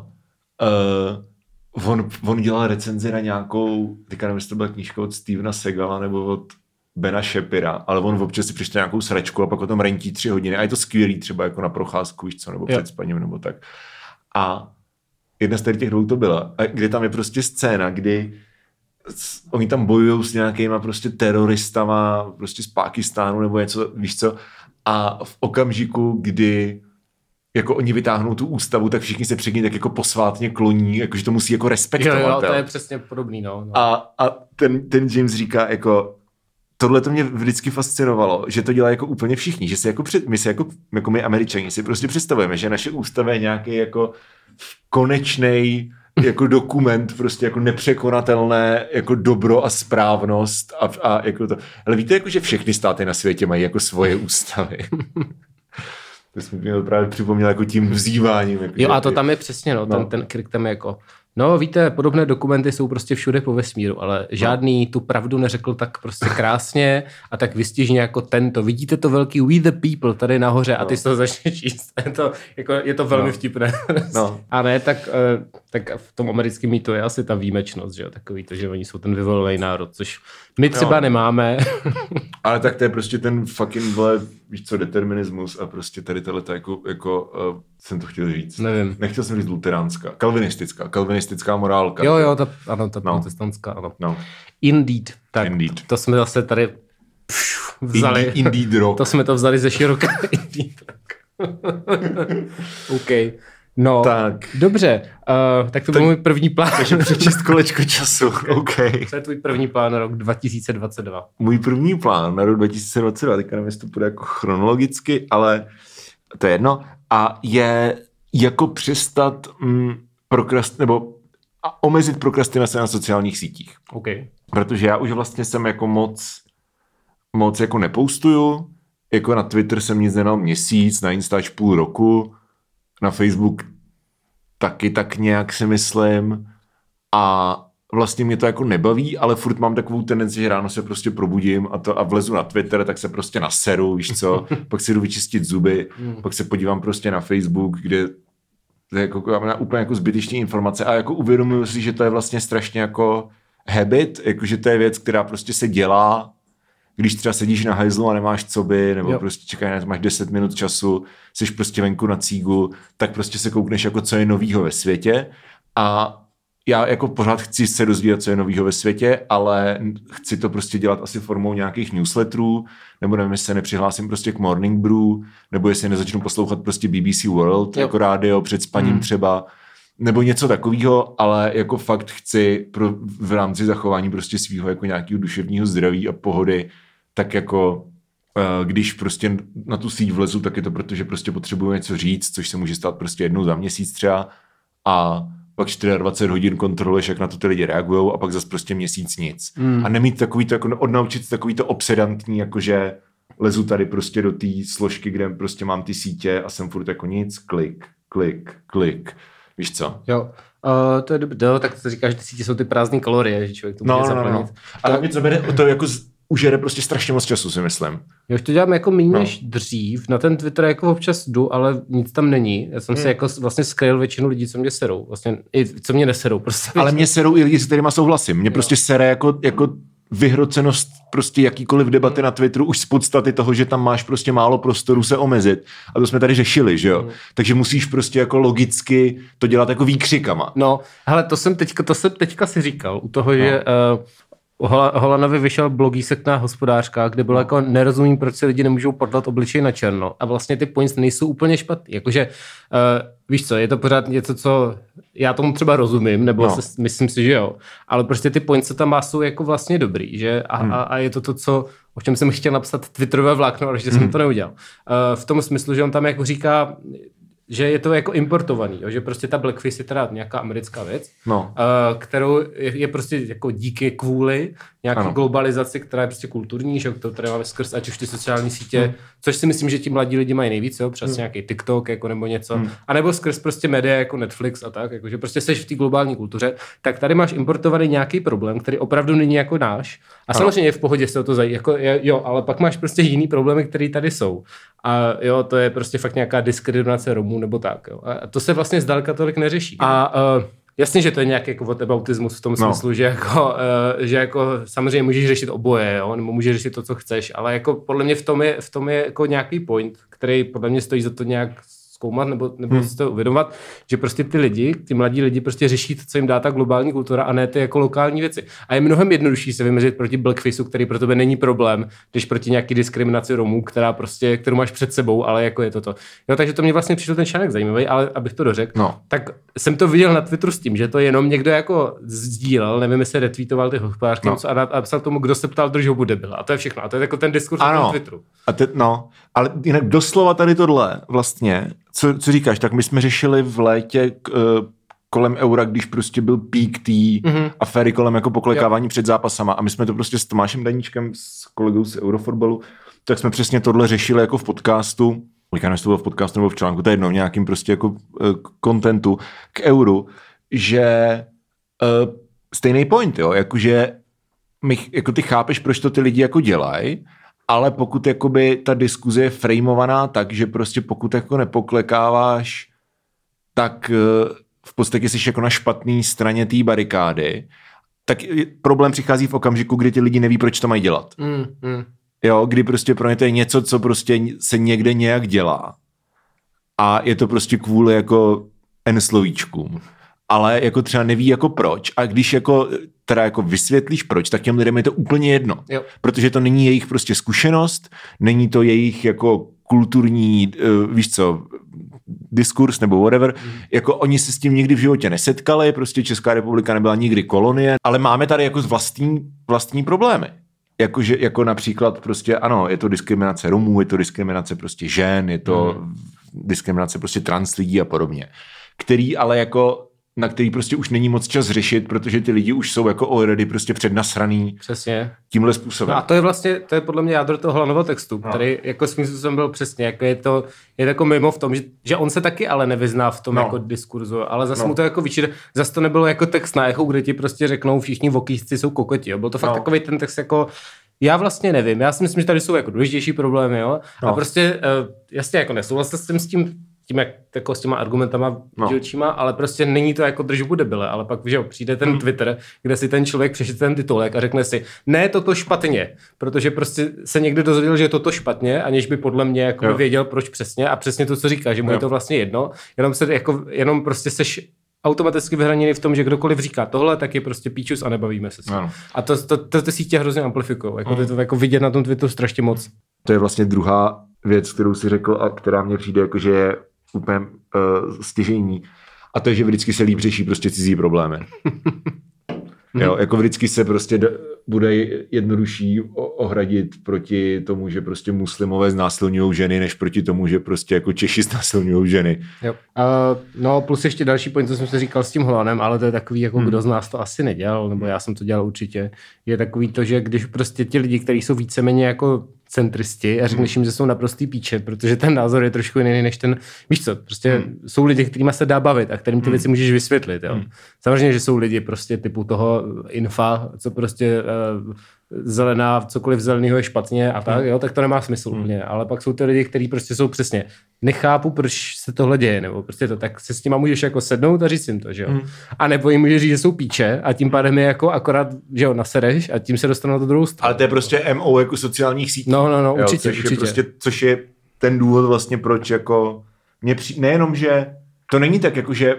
uh, on, on dělal recenzi na nějakou, teďka nevím, jestli to byla knížka od Stevena Segala nebo od Bena Shapira, ale on občas si přečte nějakou sračku a pak o tom rentí tři hodiny a je to skvělý třeba jako na procházku, víš co, nebo před spaním nebo tak. A jedna z těch dvou to byla, kde tam je prostě scéna, kdy oni tam bojují s nějakýma prostě teroristama prostě z Pákistánu nebo něco, víš co, a v okamžiku, kdy jako oni vytáhnou tu ústavu, tak všichni se před ní tak jako posvátně kloní, jakože to musí jako respektovat. Jo, jo, to je přesně podobný, no. no. A, a ten, ten James říká jako, tohle to mě vždycky fascinovalo, že to dělá jako úplně všichni, že si jako před, my si jako, jako my Američani si prostě představujeme, že naše ústava je nějaký jako konečnej jako dokument, prostě jako nepřekonatelné jako dobro a správnost a, a jako to. Ale víte, jako, že všechny státy na světě mají jako svoje ústavy. To jsme měl právě připomněl jako tím vzýváním. Jako, jo, a to ty... tam je přesně, no, no. Ten, ten Kirk tam je jako, no víte, podobné dokumenty jsou prostě všude po vesmíru, ale žádný tu pravdu neřekl tak prostě krásně a tak vystižně jako tento. Vidíte to velký We the People tady nahoře a ty no. se to začne číst. Je to, jako, je to velmi no. vtipné. No. A ne, tak, tak v tom americkém mýtu je asi ta výjimečnost, že jo, takový to, že oni jsou ten vyvolený národ, což my třeba no. nemáme. Ale tak to je prostě ten fucking, vole, víš co, determinismus a prostě tady tohleto jako, jako uh, jsem to chtěl říct. Nevím. Nechtěl jsem říct luteránská, kalvinistická, kalvinistická morálka. Jo, jo, ta, ano, ta no. protestantská, ano. No. Indeed. Tak Indeed. To jsme zase tady pš, vzali. Indeed, indeed rock. To jsme to vzali ze široka. Indeed rock. OK. No, tak. Dobře, uh, tak to byl můj první plán. Takže přečíst kolečko času, OK. Co je tvůj první plán na rok dva tisíce dvacet dva? Můj první plán na rok dva tisíce dvacet dva, teďka nevím, jestli to bude jako chronologicky, ale to je jedno. A je jako přestat mm, prokrast, nebo a omezit prokrastinaci na sociálních sítích. OK. Protože já už vlastně jsem jako moc, moc jako nepoustuju, jako na Twitter jsem nic nedal měsíc, na Insta až půl roku, na Facebook taky tak nějak si myslím a vlastně mě to jako nebaví, ale furt mám takovou tendenci, že ráno se prostě probudím a, to, a vlezu na Twitter, tak se prostě naseru, víš co, pak si jdu vyčistit zuby, pak se podívám prostě na Facebook, kde jako, na úplně jako zbytečné informace a jako uvědomuji si, že to je vlastně strašně jako habit, jakože to je věc, která prostě se dělá, když třeba sedíš na hajzlu a nemáš co by, nebo jo. prostě čekáš, máš deset minut času, jsi prostě venku na cígu, tak prostě se koukneš jako co je novýho ve světě a já jako pořád chci se dozvídat, co je novýho ve světě, ale chci to prostě dělat asi formou nějakých newsletterů, nebo nevím, jestli se nepřihlásím prostě k Morning Brew, nebo jestli nezačnu poslouchat prostě B B C World, jo. jako rádio před spaním hmm. třeba, nebo něco takového, ale jako fakt chci pro, v rámci zachování prostě svýho jako nějakého duševního zdraví a pohody, tak jako když prostě na tu síť vlezu, tak je to proto, že prostě potřebuji něco říct, což se může stát prostě jednou za měsíc třeba a pak dvacet čtyři hodin kontroluješ, jak na to ty lidi reagujou a pak zase prostě měsíc nic. Mm. A nemít takový to, jako odnaučit takový to obsedantní, jakože lezu tady prostě do té složky, kde prostě mám ty sítě a jsem furt jako nic, klik, klik, klik. Víš co? Jo. Uh, to je dobré, no, tak to říkáš, že ty sítě jsou ty prázdné kalorie, že člověk to může no, zaplnit. No, no. A to... hlavně zabere, to jako z... užere prostě strašně moc času, si myslím. Já už to dělám jako méně než no. dřív. Na ten Twitter jako občas jdu, ale nic tam není. Já jsem hmm. si jako vlastně skryl většinu lidí, co mě serou. Vlastně i co mě neserou. Prostě. Ale mě serou i lidi, s kterýma souhlasím. Mě no. prostě sere jako, jako vyhrocenost prostě jakýkoliv debaty hmm. na Twitteru už z podstaty toho, že tam máš prostě málo prostoru se omezit. A to jsme tady řešili, že jo? Hmm. Takže musíš prostě jako logicky to dělat jako výkřikama. No, hele, to jsem teďka, to jsem teďka si říkal u toho, no. že... Uh, Holanovi vyšel blogísek na Hospodářkách, kde bylo no. jako nerozumím, proč se lidi nemůžou podlat obličej na černo. A vlastně ty points nejsou úplně špatný. Jakože, uh, víš co, je to pořád něco, co já tomu třeba rozumím, nebo no. se, myslím si, že jo. Ale prostě ty points, co tam má, jsou jako vlastně dobrý, že? A, hmm. a, a je to to, co, o čem jsem chtěl napsat Twitterové vlákno, ale že hmm. jsem to neudělal. Uh, v tom smyslu, že on tam jako říká, že je to jako importovaný, jo? Že prostě ta blackface je teda nějaká americká věc, no. uh, kterou je, je prostě jako díky kvůli nějaké ano. globalizaci, která je prostě kulturní, že to tady máme skrz ať už ty sociální sítě, hmm. což si myslím, že ti mladí lidi mají nejvíc, jo? Přes hmm. nějaký TikTok jako nebo něco, hmm. a nebo skrz prostě média jako Netflix a tak, jako, že prostě seš v té globální kultuře, tak tady máš importovaný nějaký problém, který opravdu není jako náš. A ano. samozřejmě je v pohodě se o to zajímat, jako jo, ale pak máš prostě jiný problémy, které tady jsou. A jo, to je prostě fakt nějaká diskriminace Romů nebo tak, jo. A to se vlastně zdaleka tolik neřeší. A uh, jasně, že to je nějaký jako whataboutismus v tom smyslu, no. že, jako, uh, že jako samozřejmě můžeš řešit oboje, jo, nebo můžeš řešit to, co chceš, ale jako podle mě v tom je, v tom je jako nějaký point, který podle mě stojí za to nějak zkoumat nebo, nebo hmm. si to uvědomovat, že prostě ty lidi, ty mladí lidi prostě řeší to, co jim dá ta globální kultura a ne ty jako lokální věci. A je mnohem jednodušší se vymezit proti blackfaceu, který pro tebe není problém, když proti nějaký diskriminaci Romů, která prostě, kterou máš před sebou, ale jako je to to. Jo, takže to mě vlastně přišel ten článek zajímavý, ale abych to dořekl, no. tak jsem to viděl na Twitteru s tím, že to jenom někdo jako sdílel, nevím, jestli retweetoval ty Hospodářky no. a napsal tomu, kdo se ptal, drž hubu debila. A to je všechno. A to je jako ten diskurs na Twitteru. A te, no, ale jinak doslova tady tohle vlastně, co, co říkáš, tak my jsme řešili v létě k, uh, kolem eura, když prostě byl pík té mm-hmm. aféry kolem jako poklekávání jo. před zápasama a my jsme to prostě s Tomášem Daníčkem, s kolegou z Eurofotbalu, tak jsme přesně tohle řešili jako v podcastu, říkám, jestli to bylo v podcastu nebo v článku, to je jedno, v nějakým prostě jako kontentu uh, k euru, že uh, stejný point, jo, jakože my, jako ty chápeš, proč to ty lidi jako dělají, ale pokud jakoby ta diskuze je frameovaná tak, že prostě pokud jako nepoklekáváš, tak v podstatě jsi jako na špatné straně té barikády, tak problém přichází v okamžiku, kdy ty lidi neví, proč to mají dělat. Mm, mm. Jo, kdy prostě pro ně to je něco, co prostě se někde nějak dělá. A je to prostě kvůli jako N slovíčkům. Ale jako třeba neví jako proč. A když jako teda jako vysvětlíš proč, tak těm lidem je to úplně jedno. Jo. Protože to není jejich prostě zkušenost, není to jejich jako kulturní, uh, víš co, diskurs nebo whatever. Mm. Jako oni se s tím nikdy v životě nesetkali, prostě Česká republika nebyla nikdy kolonie, ale máme tady jako vlastní, vlastní problémy. Jako, že, jako například prostě ano, je to diskriminace Romů, je to diskriminace prostě žen, je to mm. diskriminace prostě trans lidí a podobně. Který ale jako na který prostě už není moc čas řešit, protože ty lidi už jsou jako already prostě přednasraný. Přesně. Tímhle způsobem. No a to je vlastně, to je podle mě jádro toho hlavního textu, no. Který jako svým způsobem byl přesně, jako je to, je to jako mimo v tom, že, že on se taky ale nevyzná v tom no. jako diskurzu, ale zase no. mu to jako vyčíde, zase to nebylo jako text na echo, kde ti prostě řeknou všichni vokýsci jsou kokoti, jo. Byl to fakt no. takový ten text jako já vlastně nevím, já si myslím, že tady jsou jako důležitější problémy, jo. No. A prostě uh, jasně jako nesouhlasil jsem s tím, tím jak jako s těma argumentama no. dílčíma, ale prostě není to jako držbu debile, ale pak že jo, přijde ten hmm. Twitter, kde si ten člověk přečte ten titulek a řekne si, ne, toto špatně, protože prostě se někdo dozvěděl, že je toto špatně, aniž by podle mě jako věděl, proč přesně a přesně to, co říká, že mu jo. je to vlastně jedno, jenom se jako, jenom prostě seš automaticky vyhraněný v tom, že kdokoliv říká tohle, tak je prostě píčus a nebavíme se s tím. A to, to, to, to sítě hrozně amplifikují, jako mm. to jako vidět na tom Twitteru strašně moc. To je vlastně druhá věc, kterou si řekl a která mně přijde, jako, že je úplně uh, stěžejní. A to je, že vždycky se líp řeší prostě cizí problémy. Jo, jako vždycky se prostě d- bude jednodušší ohradit proti tomu, že prostě muslimové znásilňují ženy, než proti tomu, že prostě jako Češi znásilňují ženy. Jo. Uh, no plus ještě další point, co jsem si říkal s tím Holanem, ale to je takový, jako hmm. kdo z nás to asi nedělal, nebo já jsem to dělal určitě, je takový to, že když prostě ti lidi, kteří jsou víceméně jako centristi a řekneš jim, že jsou naprostý píče, protože ten názor je trošku jiný než ten, víš co, prostě hmm. jsou lidi, kterýma se dá bavit a kterým ty věci můžeš vysvětlit, jo. Hmm. Samozřejmě, že jsou lidi prostě typu toho infa, co prostě uh, zelená, cokoliv zeleného je špatně a tak, jo, tak to nemá smysl úplně, hmm. ale pak jsou ty lidi, kteří prostě jsou přesně, nechápu, proč se tohle děje, nebo prostě to, tak se s nima můžeš jako sednout a říct jim to, že jo. Hmm. A nebo jim můžeš říct, že jsou píče a tím pádem je jako akorát, že jo, nasereš a tím se dostanou do druhou stranu. Ale to je prostě M O jako sociálních sítí. No, no, no, jo, určitě, což určitě. Je prostě, což je ten důvod vlastně, proč jako mě při... nejenom, že to není tak, jako že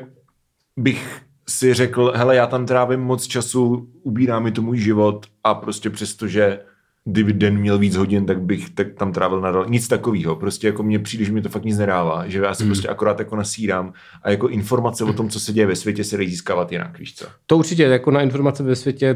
bych si řekl, hele, já tam trávím moc času, ubírá mi to můj život a prostě přesto, že kdyby den měl víc hodin, tak bych tak tam trávil nadal. Nic takového. Prostě jako mně přijde, že mi to fakt nic nedává. Že já si mm. prostě akorát jako nasírám a jako informace mm. o tom, co se děje ve světě, se dají získávat jinak, víš co? To určitě, jako na informace ve světě,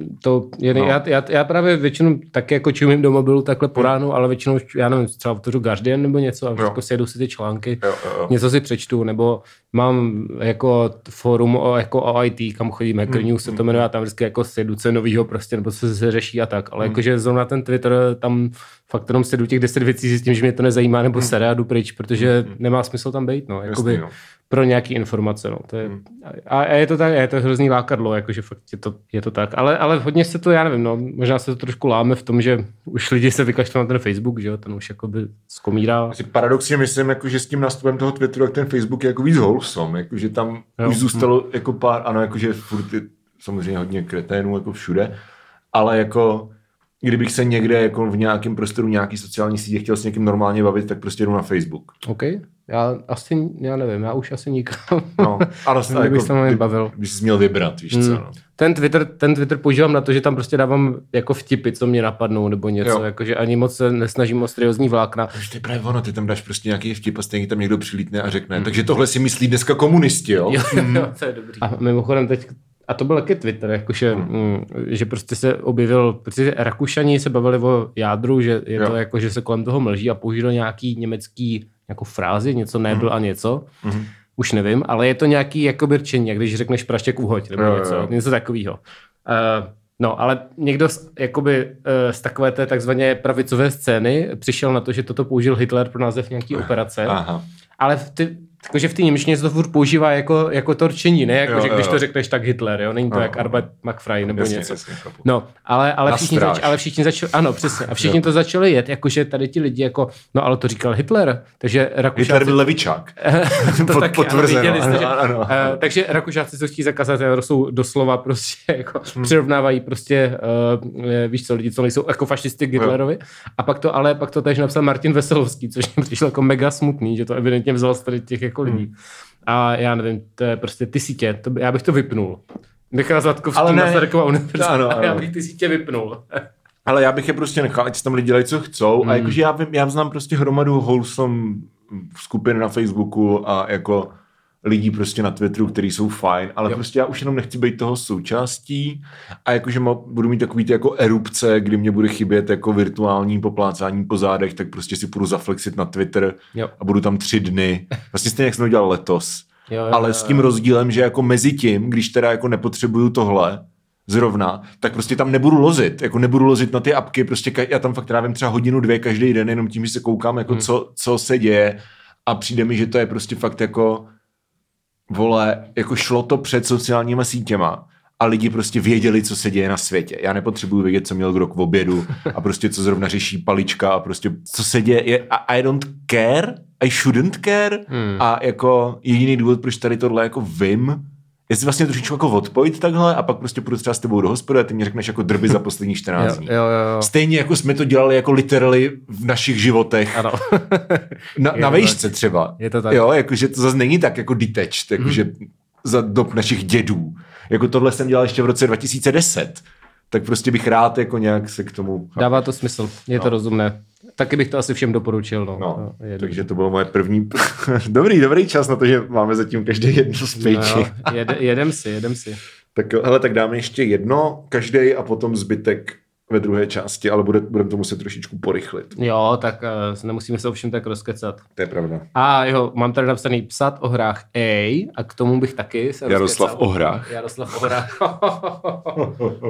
to je, no. já, já, já, právě většinou taky jako čumím do mobilu takhle po ránu, mm. ale většinou, já nevím, třeba otevřu Guardian nebo něco a jako sjedu si ty články, jo, jo, jo. něco si přečtu, nebo mám jako forum o, jako o í té, kam chodím, Hacker mm. News se to jmenuje, a tam vždycky jako sjedu co novýho prostě, nebo co se řeší a tak, ale mm. jakože zrovna ten Twitter, tam fakt jenom sedu těch deset věcí s tím, že mě to nezajímá, nebo sere a jdu pryč, protože mm. nemá smysl tam být, no, jakoby Jasný, no. pro nějaký informace, no, to je, mm. a je to tak, je to hrozný lákadlo, jakože fakt je to, je to tak, ale, ale hodně se to, já nevím, no, možná se to trošku láme v tom, že už lidi se vykašlou na ten Facebook, že jo, ten už jakoby zkomírá. Asi paradoxně myslím, jako, že s tím nástupem toho Twitteru, jak ten Facebook je jako víc wholesome, jakože tam jo. už zůstalo mm. jako pár, ano, jakože furt je samozřejmě hodně kreténů jako všude, ale jako kdybych se někde jako v nějakém prostoru nějaký sociální sítě chtěl s někým normálně bavit, tak prostě jdu na Facebook. OK. Já asi, já nevím, já už asi nikam. No, ale jako, bych se mnou bavil. Bys jsi měl vybrat, víš hmm. co. No. Ten Twitter, ten Twitter používám na to, že tam prostě dávám jako vtipy, co mě napadnou, nebo něco, jakože ani moc se nesnažím o seriózní vlákna. To je právě ono, ty tam dáš prostě nějaký vtip a stejně tam někdo přilítne a řekne, hmm. takže tohle si myslí dneska komunisti, jo? Jo, jo, to je dobrý. A mimochodem teď a to byl taky Twitter, jakože, hmm. že prostě se objevil, protože Rakušani se bavili o jádru, že je jo. to jako, že se kolem toho mlží a použili nějaký německý jako frázi, něco nebyl hmm. a něco, hmm. už nevím, ale je to nějaký jako rčení, jak když řekneš praštěk uhoď, nebo jo, něco, jo. něco takového. Uh, no, ale někdo z, jakoby, uh, z takové té takzvané pravicové scény přišel na to, že toto použil Hitler pro název nějaký operace, Aha. ale v ty takže v té němčině se to furt používá jako, jako to rčení, ne? Jako, jo, že když jo. to řekneš, tak Hitler, jo? Není to jo, jak Arbeit McFry nebo jasně, něco. Jasně, no, ale, ale, všichni zač, ale všichni začali, ano, přesně, a všichni jo. to začali jet, jakože tady ti lidi jako, no ale to říkal Hitler, takže Rakušáci... Hitler byl levičák. to taky, potvrzeno. Ano, jste, ano, ano. Uh, takže Rakušáci, co chtějí zakázat, jsou doslova prostě jako hmm. přirovnávají prostě, uh, víš co, lidi, co nejsou jako fašisty k Hitlerovi. Jo. A pak to, ale pak to též napsal Martin Veselovský, což mi přišlo jako mega smutný, že to evidentně vzal z tady těch jako lidí. Hmm. A já nevím, to je prostě ty sítě, to, já bych to vypnul. Michal Zlatkovský, Masarykova univerzita, ano, ano. já bych ty sítě vypnul. Ale já bych je prostě nechal, ať si tam lidi dělají, co chcou. Hmm. A jakože já, vím, já znám prostě hromadu wholesome skupin na Facebooku a jako lidí prostě na Twitteru, který jsou fajn, ale jo. prostě já už jenom nechci být toho součástí a jakože ma, budu mít takový ty jako erupce, kdy mě bude chybět jako virtuální poplácání po zádech, tak prostě si půjdu zaflexit na Twitter jo. a budu tam tři dny. Vlastně stejně, jak jsem to dělal letos. jo, jo, ale s tím rozdílem, že jako mezi tím, když teda jako nepotřebuju tohle zrovna, tak prostě tam nebudu lozit, jako nebudu lozit na ty apky, prostě ka- já tam fakt trávím třeba hodinu, dvě každý den, jenom tím, že se koukám, jako hmm. co, co se děje a přijde mi, že to je prostě fakt jako vole, jako šlo to před sociálníma sítěma a lidi prostě věděli, co se děje na světě. Já nepotřebuji vědět, co měl kdo k obědu a prostě co zrovna řeší Palička a prostě co se děje. Je, I don't care, I shouldn't care hmm. a jako jediný důvod, proč tady tohle jako vím, jestli vlastně trošičku jako odpojit takhle a pak prostě půjdu třeba s tebou do hospody a ty mi řekneš jako drby za poslední čtrnáct dní. Jo, jo, jo. Stejně jako jsme to dělali jako literally v našich životech. Ano. na na vejšce třeba. Je to tak. Jo, jakože to zase není tak jako detached, jakože mm. za dob našich dědů. Jako tohle jsem dělal ještě v roce dva tisíce deset. Tak prostě bych rád jako nějak se k tomu... Dává to smysl, je no. to rozumné. Taky bych to asi všem doporučil. No. No, no, takže to bylo moje první... dobrý, dobrý čas na to, že máme zatím každý jedno z pěti. No, jede, jedem si, jedem si. Tak hele, tak dáme ještě jedno každej a potom zbytek ve druhé části, ale bude, budeme to muset trošičku porychlit. Jo, tak uh, nemusíme se ovšem tak rozkecat. To je pravda. A jo, mám tady napsaný psát o hrách A a k tomu bych taky se Jaroslav o hrách. Jaroslav o hrách. uh,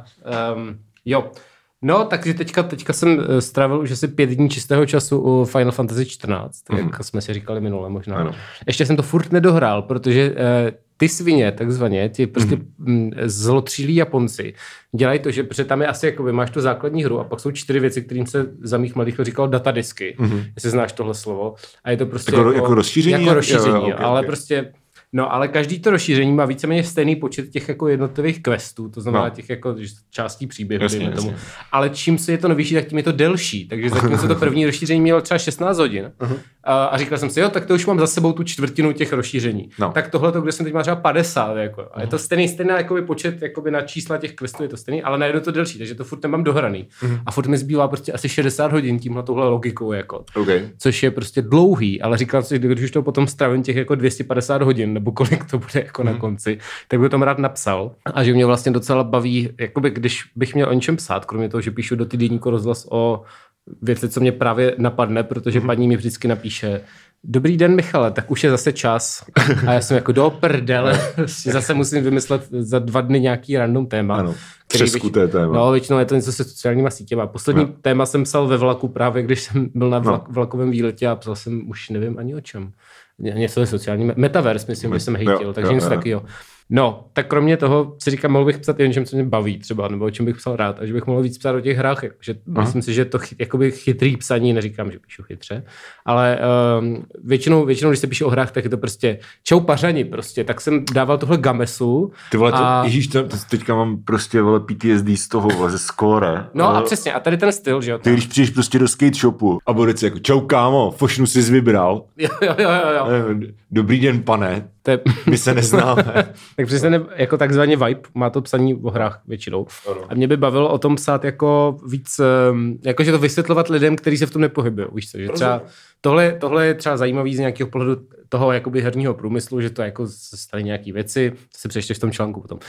um, jo. No, takže teďka, teďka jsem strávil už asi pět dní čistého času u Final Fantasy čtrnáct, mm. jak jsme si říkali minule možná. Ano. Ještě jsem to furt nedohrál, protože eh, ty svině, takzvaně, ti prostě mm. zlotřílí Japonci, dělají to, že protože tam je asi jakoby, máš tu základní hru a pak jsou čtyři věci, kterým se za mých mladých říkalo datadisky, mm. jestli znáš tohle slovo. A je to prostě jako, jako, jako rozšíření? Jako rozšíření, jo, jo, okay, ale okay. prostě... No, ale každý to rozšíření má víceméně stejný počet těch jako jednotlivých questů, to znamená no. těch jako částí příběhu, jasně, dejme tomu. Ale čím se je to novější, tak tím je to delší. Takže zatím se to první rozšíření mělo třeba šestnáct hodin. Uh-huh. A, a říkal jsem si, jo, tak to už mám za sebou tu čtvrtinu těch rozšíření. No. Tak tohle, kde jsem teď má třeba padesát, jako. A je to stejný, stejný jakoby počet jakoby na čísla těch questů je to stejný, ale najednou to delší, takže to furt nemám dohraný. Uh-huh. A furt mi zbývá prostě asi šedesát hodin tímhle touhle logikou, jako. Okay. Což je prostě dlouhý, ale říkal jsem si, když už to potom strávím těch jako dvě stě padesát hodin, nebo kolik to bude jako hmm. na konci, tak bych to tam rád napsal. A že mě vlastně docela baví, jakoby když bych měl o něčem psát, kromě toho, že píšu do týdenníku rozhlas o věci, co mě právě napadne, protože hmm. paní mi vždycky napíše: Dobrý den, Michale, tak už je zase čas. A já jsem jako do prdele, zase musím vymyslet za dva dny nějaký random téma. Ano, přeskuté téma. No, většinou je to něco se sociálníma sítěma. Poslední no. téma jsem psal ve vlaku právě, když jsem byl na vlak, no. vlakovém výletě a psal jsem už nevím ani o čem. Něco je sociální, metaverse, myslím, že jsem hejtil, takže něco takového. No, tak kromě toho si říkám, mohl bych psat i o něčem, co mě baví třeba, nebo o čem bych psal rád, a že bych mohl víc psát o těch hrách, že myslím si, že to chy, jakoby chytrý psaní, neříkám, že píšu chytře, ale um, většinou, většinou, když se píše o hrách, tak je to prostě čau pařani prostě, tak jsem dával tohle Gamesu. Ty vole, a... to, ježíš, to, to teďka mám prostě vole P T S D z toho, vole, ze Score. No ale... a přesně, a tady ten styl, že jo. Ty když přijdeš prostě do skate shopu a bude si jako čau kámo, fošnu jsi vybral. Jo, jo, jo, jo. Dobrý den, pane. Je... My se neznáme. Tak přesně ne, jako takzvaně vibe, má to psaní o hrách většinou. Ano. A mě by bavilo o tom psát jako víc, jakože to vysvětlovat lidem, kteří se v tom nepohybují. Víš co, že třeba tohle, tohle je třeba zajímavý z nějakého pohledu toho jakoby herního průmyslu, že to jako staly nějaký věci, to si přečteš v tom článku potom. Uh,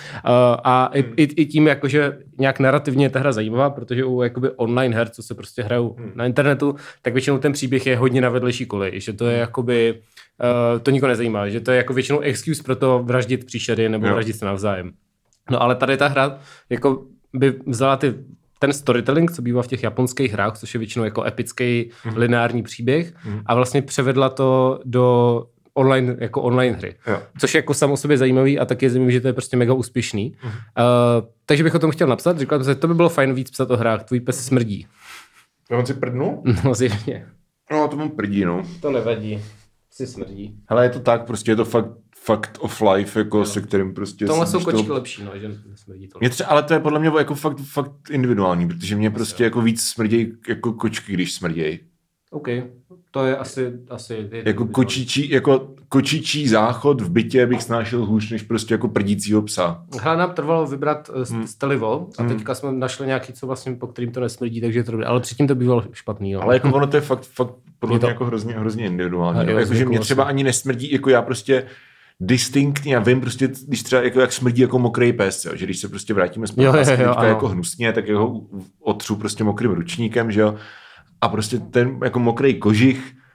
a i, i, i tím jakože nějak narrativně je ta hra zajímavá, protože u jakoby online her, co se prostě hrajou hmm. na internetu, tak většinou ten příběh je hodně na vedlejší koleji, že to je jakoby Uh, to nikoho nezajímá, že to je jako většinou excuse pro to vraždit příšery nebo jo. vraždit se navzájem. No ale tady ta hra jako by vzala ty, ten storytelling, co bývá v těch japonských hrách, což je většinou jako epický mm. lineární příběh mm. a vlastně převedla to do online, jako online hry. Jo. Což je jako samo o sobě zajímavý a taky je zajímavý, že to je prostě mega úspěšný. Mm. Uh, takže bych o tom chtěl napsat, říkal jsem, to by bylo fajn víc psat o hrách, tvůj pes smrdí. No on si prdnul? No zjevně. No to mám prdí, no. To nevadí. Si smrdí. Hele, je to tak, prostě je to fakt fact of life, jako no. se kterým prostě... Tohle jsou kočky to... lepší, no, že smrdí to. Třeba, ale to je podle mě jako fakt, fakt individuální, protože mě prostě jako víc smrdějí jako kočky, když smrdějí. OK, to je asi... asi jako, kočičí, jako kočičí záchod v bytě bych snášel hůř, než prostě jako prdícího psa. Hle, nám trvalo vybrat hmm. stelivo a teďka hmm. jsme našli nějaký, co vlastně, po kterým to nesmrdí, takže je to dobré. Ale předtím to bývalo špatný. No. Ale jako ono to je fakt, fakt podle mě jako hrozně, hrozně individuální. No. Jako, že mě třeba ani nesmrdí, jako já prostě distinktně, já vím prostě, když třeba jako jak smrdí jako mokrý pes, jo, že když se prostě vrátíme zpátky jako hnusně, tak jeho otřu prostě mokrým ručníkem, že jo. A prostě ten jako mokrý kožich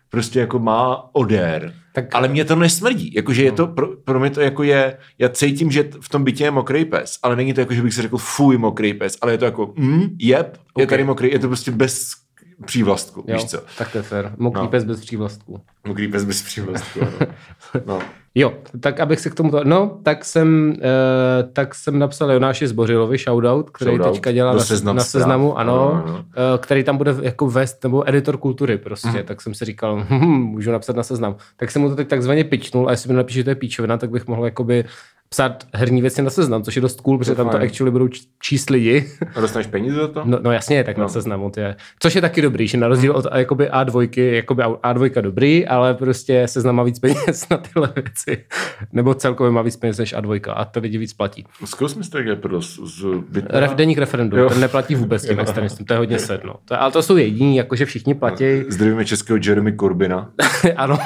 prostě jako má odér. Tak... Ale mě to nesmrdí, jakože je to, pro, pro mě to jako je, já cítím, že v tom bytě je mokrý pes, ale není to jako, že bych si řekl fuj mokrý pes, ale je to jako mm, jeb, okay. Je tady mokrý, je to prostě bez přívlastku, jo, víš co? Tak to je fér, mokrý no. pes bez přívlastku. Mokrý pes bez přívlastku, no. no. Jo, tak abych se k tomu to... No, tak jsem, uh, tak jsem napsal Jonáši Zbořilovi, shoutout, který shoutout. teďka dělá na, seznam na seznamu, ano, no, no. Uh, který tam bude jako vést, nebo editor kultury prostě, mm. tak jsem si říkal, hm, můžu napsat na seznam. Tak jsem mu to teď takzvaně pitchnul a jestli mi napíše, že to je píčovina, tak bych mohl jakoby psát herní věci na seznam, což je dost cool, protože tam to actually budou číst lidi. A dostaneš peníze za to? No, no jasně, tak no. na seznamu. To je. Což je taky dobrý, že na rozdíl od jakoby á dva, jakoby á dva dobrý, ale prostě seznam má víc peněz na tyhle věci. Nebo celkově má víc peněz než á dva a to lidi víc platí. Zkus mi to pro z, z Ref, deník referendum, jo. Ten neplatí vůbec tím extremistem, to je hodně sedno. To, ale to jsou jediní, jakože všichni platí. Zdravíme českého Jeremy Corbina. Ano,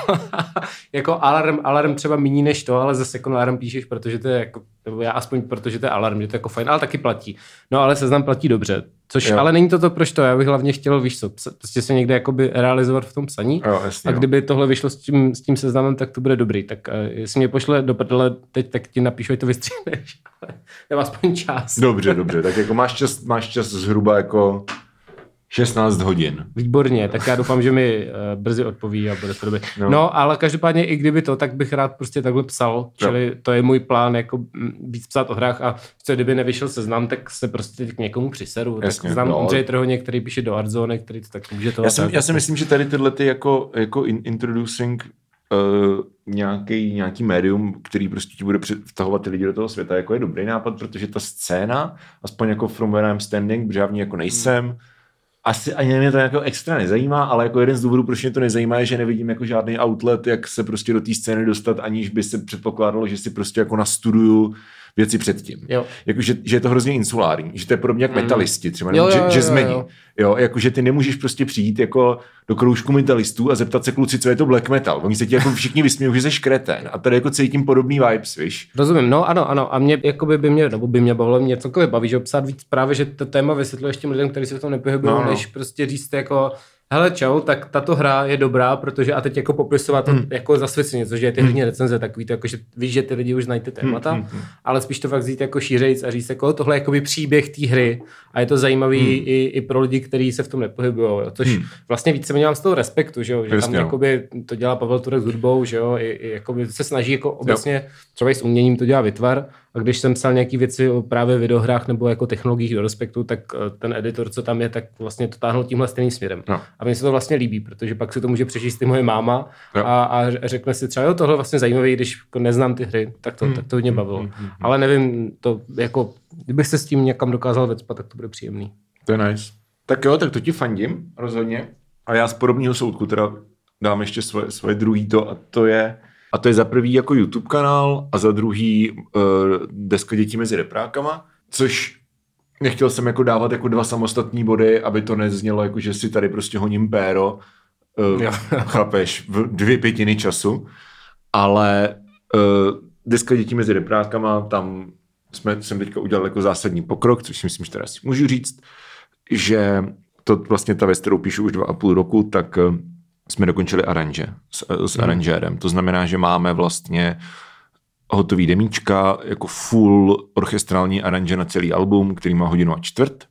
jako alarm, alarm třeba méně než to, ale zase jako alarm píšeš, protože to je jako, nebo já aspoň protože to je alarm, že to je jako fajn, ale taky platí. No ale seznam platí dobře, což jo. Ale není to to, proč to, já bych hlavně chtěl, víš co, prostě se někde jakoby realizovat v tom psaní jo, jasně, a kdyby tohle vyšlo s tím, s tím seznamem, tak to bude dobrý, tak uh, jestli mě pošle do prdele teď, tak ti napíšu, ať to vystříhneš, ale nebo aspoň čas. Dobře, dobře, tak jako máš čas, máš čas zhruba jako šestnáct hodin. Výborně, tak já doufám, že mi uh, brzy odpoví a bude to dobré. No. no, ale každopádně i kdyby to, tak bych rád prostě takhle psal, čili no. To je můj plán, jako víc psát o hrách a co kdyby nevyšel seznam, tak se prostě k někomu přiseru. Jasně, tak znám no. Ondřeje Trhoně, který píše do Artzone, který to tak může to. Já, jsem, já si myslím, že tady tyhle ty jako, jako in, introducing uh, nějaký, nějaký médium, který prostě ti bude vtahovat ty lidi do toho světa, jako je dobrý nápad, protože ta scéna, aspoň jako from where I'm standing, protože já v ní jako nejsem, hmm. Asi ani mě to jako extra nezajímá, ale jako jeden z důvodů, proč mě to nezajímá, je, že nevidím jako žádný outlet, jak se prostě do té scény dostat, aniž by se předpokládalo, že si prostě jako nastuduju věci předtím. Jako, že, že je to hrozně insulární, že to je podobně jak mm. metalisti, třeba, jo, jo, jo, že zmení. Jo, jo. Jako, že ty nemůžeš prostě přijít jako do kroužku metalistů a zeptat se kluci, co je to black metal. Oni se ti jako všichni vysmějí, že jsi kretén. A tady jako cítím podobný vibes, víš? Rozumím, no ano, ano. A mě jakoby by mě, nebo by mě bavilo, mě celkově baví, že psát víc právě, že to téma vysvětluješ těm lidem, kteří se v tom nepohybují, no, no. než prostě říct jako hele čau, tak tato hra je dobrá, protože a teď jako popisovat to hmm. jako zasvěceně, což je ty herní recenze, takový to jako, že víš, že ty lidi už znají ty témata, hmm. ale spíš to fakt vzít jako šířejc a říct jako tohle je jakoby příběh té hry a je to zajímavý hmm. i, i pro lidi, kteří se v tom nepohybují, což hmm. vlastně více mám z toho respektu, že, jo? Že tam jakoby to dělá Pavel Turek s hudbou, že jo, i, i jakoby se snaží jako obecně třeba i s uměním to dělá Vytvar. A když jsem psal nějaký věci o právě videohrách nebo jako technologiích do respektu, tak ten editor, co tam je, tak vlastně to táhnul tímhle stejným směrem. No. A mně se to vlastně líbí, protože pak si to může přečíst i moje máma a, a řekne si třeba, jo, tohle vlastně zajímavé, když neznám ty hry, tak to, hmm. tak to hodně bavilo. Hmm. Hmm. Ale nevím, to jako, kdybych se s tím někam dokázal vecpat, tak to bude příjemný. To je nice. Tak jo, tak to ti fandím, rozhodně. A já z podobného soudku teda dám ještě svoje, svoje druhý to a to je A to je za prvý jako YouTube kanál a za druhý uh, deska dětí mezi reprákama, což nechtěl jsem jako dávat jako dva samostatní body, aby to neznělo jako, že si tady prostě honím péro, uh, chápeš, v dvě pětiny času, ale uh, deska dětí mezi reprákama, tam jsme, jsem teďka udělal jako zásadní pokrok, což si myslím, že teda si můžu říct, že to vlastně ta věc, kterou píšu už dva a půl roku, tak uh, jsme dokončili aranže s, s aranžérem. To znamená, že máme vlastně hotový demíčka, jako full orchestrální aranže na celý album, který má hodinu a čtvrt.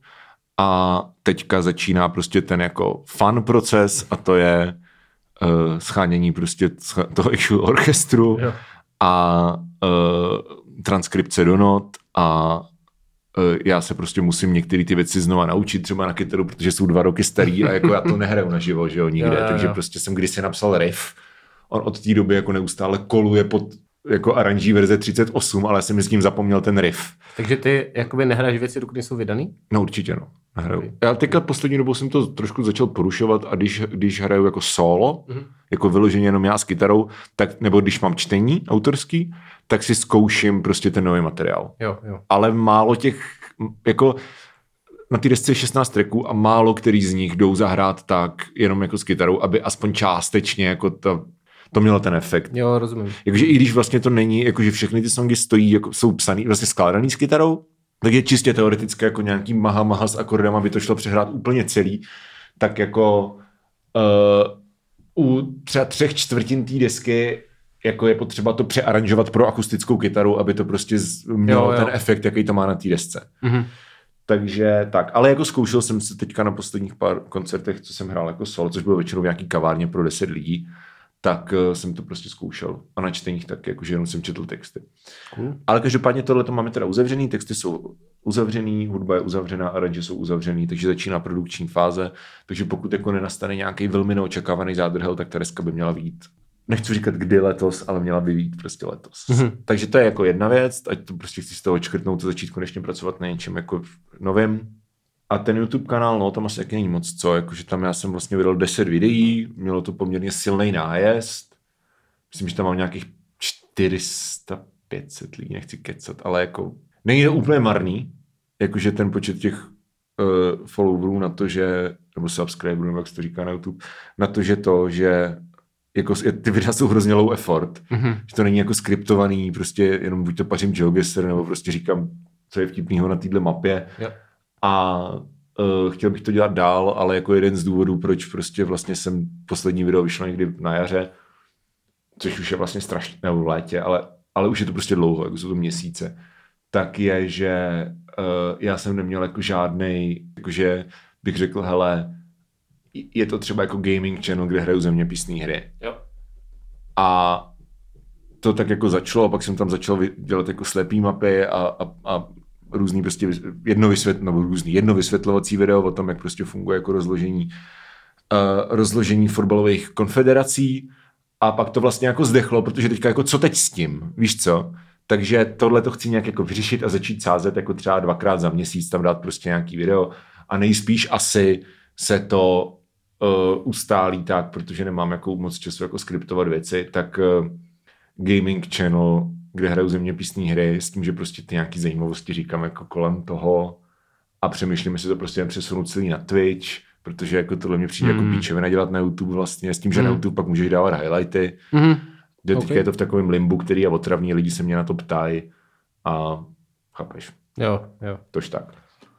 A teďka začíná prostě ten jako fun proces a to je uh, schánění prostě toho actual orchestru jo. a uh, transkripce do not a já se prostě musím některé ty věci znova naučit, třeba na kytaru, protože jsou dva roky starý a jako já to nehraju naživo, že jo, nikde, jo, jo, jo. Takže prostě jsem kdysi napsal riff, on od té doby jako neustále koluje pod jako aranží verze třicet osm, ale jsem s tím zapomněl ten riff. Takže ty jakoby nehraješ věci, dokud nejsou vydaný? No určitě no, nehraju. Okay. Já teďka poslední dobou jsem to trošku začal porušovat a když, když hraju jako solo, mm-hmm. jako vyloženě jenom já s kytarou, tak, nebo když mám čtení autorský, tak si zkouším prostě ten nový materiál. Jo, jo. Ale málo těch, jako na té desce je šestnáct tracků a málo který z nich jdou zahrát tak jenom jako s kytarou, aby aspoň částečně jako ta, to mělo ten efekt. Jo, rozumím. Jakože i když vlastně to není, jakože všechny ty songy stojí, jako jsou psaný, vlastně skládaný s kytarou, tak je čistě teoretické jako nějaký maha maha s akordem, aby to šlo přehrát úplně celý, tak jako uh, u třeba třech čtvrtin té desky jako je potřeba to přearanžovat pro akustickou kytaru, aby to prostě mělo jo, jo. ten efekt, jaký to má na té desce. Mm-hmm. Takže tak, ale jako zkoušel jsem se teďka na posledních pár koncertech, co jsem hrál jako solo, což bylo většinou v nějaký kavárně pro deset lidí, tak uh, jsem to prostě zkoušel. A na čteních tak, jakože jenom jsem četl texty. Cool. Ale každopádně tohle to máme teda uzavřený, texty jsou uzavřený, hudba je uzavřená, aranže jsou uzavřený, takže začíná produkční fáze, takže pokud jako nenastane nějaký velmi neočekávaný zádrhel, tak ta deska by měla vyjít. Nechci říkat kdy letos, ale měla by vyjít prostě letos. Mm-hmm. Takže to je jako jedna věc, ať to prostě chci z toho odškrtnout a začít konečně pracovat na něčem jako novém. A ten YouTube kanál, no tam asi taky není moc co, jakože tam já jsem vlastně vydal deset videí, mělo to poměrně silný nájezd. Myslím, že tam mám nějakých čtyři sta pět set lidí, nechci kecat, ale jako není to úplně marný, jakože ten počet těch uh, followerů na to, že, nebo subscriberů, nebo jak se to říká na YouTube, na to, že to, že jako ty videa jsou hrozně low effort, mm-hmm. že to není jako skriptovaný, prostě jenom buď to pařím GeoGuessr, nebo prostě říkám, co je vtipnýho na téhle mapě. Yeah. A uh, chtěl bych to dělat dál, ale jako jeden z důvodů, proč prostě vlastně jsem poslední video vyšlo někdy na jaře, což už je vlastně strašně, nebo v létě, ale, ale už je to prostě dlouho, jako jsou to měsíce, tak je, že uh, já jsem neměl jako žádnej, jakože bych řekl, hele, je to třeba jako gaming channel, kde hraju zeměpisné hry. Jo. A to tak jako začalo, a pak jsem tam začal dělat jako slepý mapy a, a, a různý prostě jedno, vysvět, nebo různý jedno vysvětlovací video o tom, jak prostě funguje jako rozložení, uh, rozložení fotbalových konfederací, a pak to vlastně jako zdechlo, protože teďka jako co teď s tím, víš co? Takže tohle to chci nějak jako vyřešit a začít sázet jako třeba dvakrát za měsíc, tam dát prostě nějaký video a nejspíš asi se to uh, ustálí tak, protože nemám jako moc času jako skriptovat věci, tak uh, gaming channel, kde hraju zeměpisné hry s tím, že prostě ty nějaký zajímavosti říkám jako kolem toho a přemýšlím, jestli to prostě přesunout celý na Twitch, protože jako tohle mě přijde mm. jako píčevina dělat na YouTube vlastně, s tím, že mm. na YouTube pak můžeš dávat highlighty. Mm. Kde okay. Teďka je to v takovém limbu, který je otravný, lidi se mě na to ptají a chápeš. Jo, jo. Tož tak.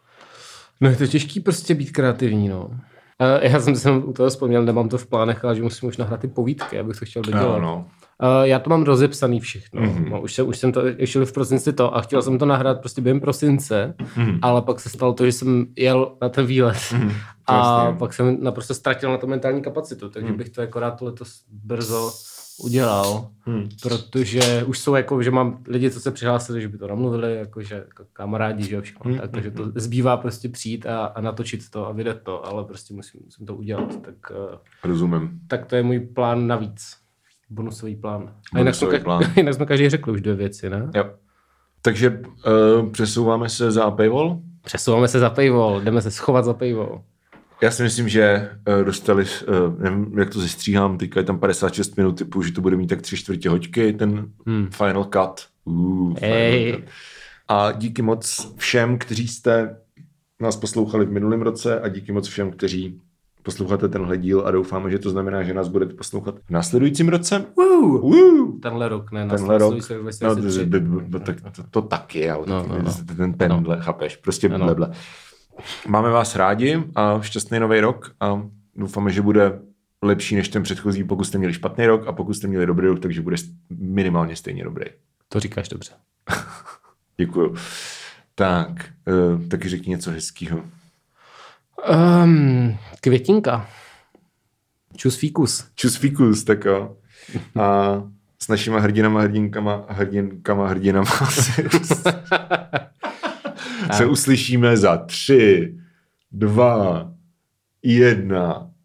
No je to těžký prostě být kreativní, no. Já jsem si u toho vzpomněl, nemám to v plánech, ale že musím už nahrát ty povídky, abych to chtěl dodělat. No, no. Já to mám rozepsaný všechno. Mm-hmm. No, už, jsem, už jsem to ještě v prosinci to a chtěl jsem to nahrát prostě během prosince, mm-hmm. ale pak se stalo to, že jsem jel na ten výlet mm-hmm. a Jasně. pak jsem naprosto ztratil na to mentální kapacitu, takže mm. bych to jako rád letos brzo udělal, mm. protože už jsou jako, že mám lidi, co se přihlásili, že by to namluvili, jakože jako kamarádi, že jo, všechno mm. tak, takže to zbývá prostě přijít a, a natočit to a vydat to, ale prostě musím, musím to udělat, tak rozumím. Tak to je můj plán navíc. Bonusový plán. A jinak jsme, ka- plán. jinak jsme každý řekli už dvě věci, ne? Jo. Takže uh, přesouváme se za paywall? Přesouváme se za paywall, jdeme se schovat za paywall. Já si myslím, že uh, dostali, uh, nevím, jak to zestříhám, teďka je tam padesát šest minut typu, že to bude mít tak tři čtvrtě hoďky, ten hmm. final cut. Uh, final cut. A díky moc všem, kteří jste nás poslouchali v minulém roce a díky moc všem, kteří posloucháte tenhle díl a doufáme, že to znamená, že nás budete poslouchat v následujícím roce. Woo! Woo! Tenhle rok, ne? Tenhle rok. No, to, to, to, to taky, ale no, no, no. ten tenhle, no. chápeš, prostě no. bleble. Máme vás rádi a šťastný nový rok a doufáme, že bude lepší než ten předchozí, pokud jste měli špatný rok a pokud jste měli dobrý rok, takže bude minimálně stejně dobrý. To říkáš dobře. Děkuju. Tak, uh, taky řekni něco hezkýho. Um, květinka. Čus fíkus. Čus fíkus, tak jo. A s našima hrdinama, hrdinkama, hrdinkama, hrdinama se, se uslyšíme za tři, dva, jedna.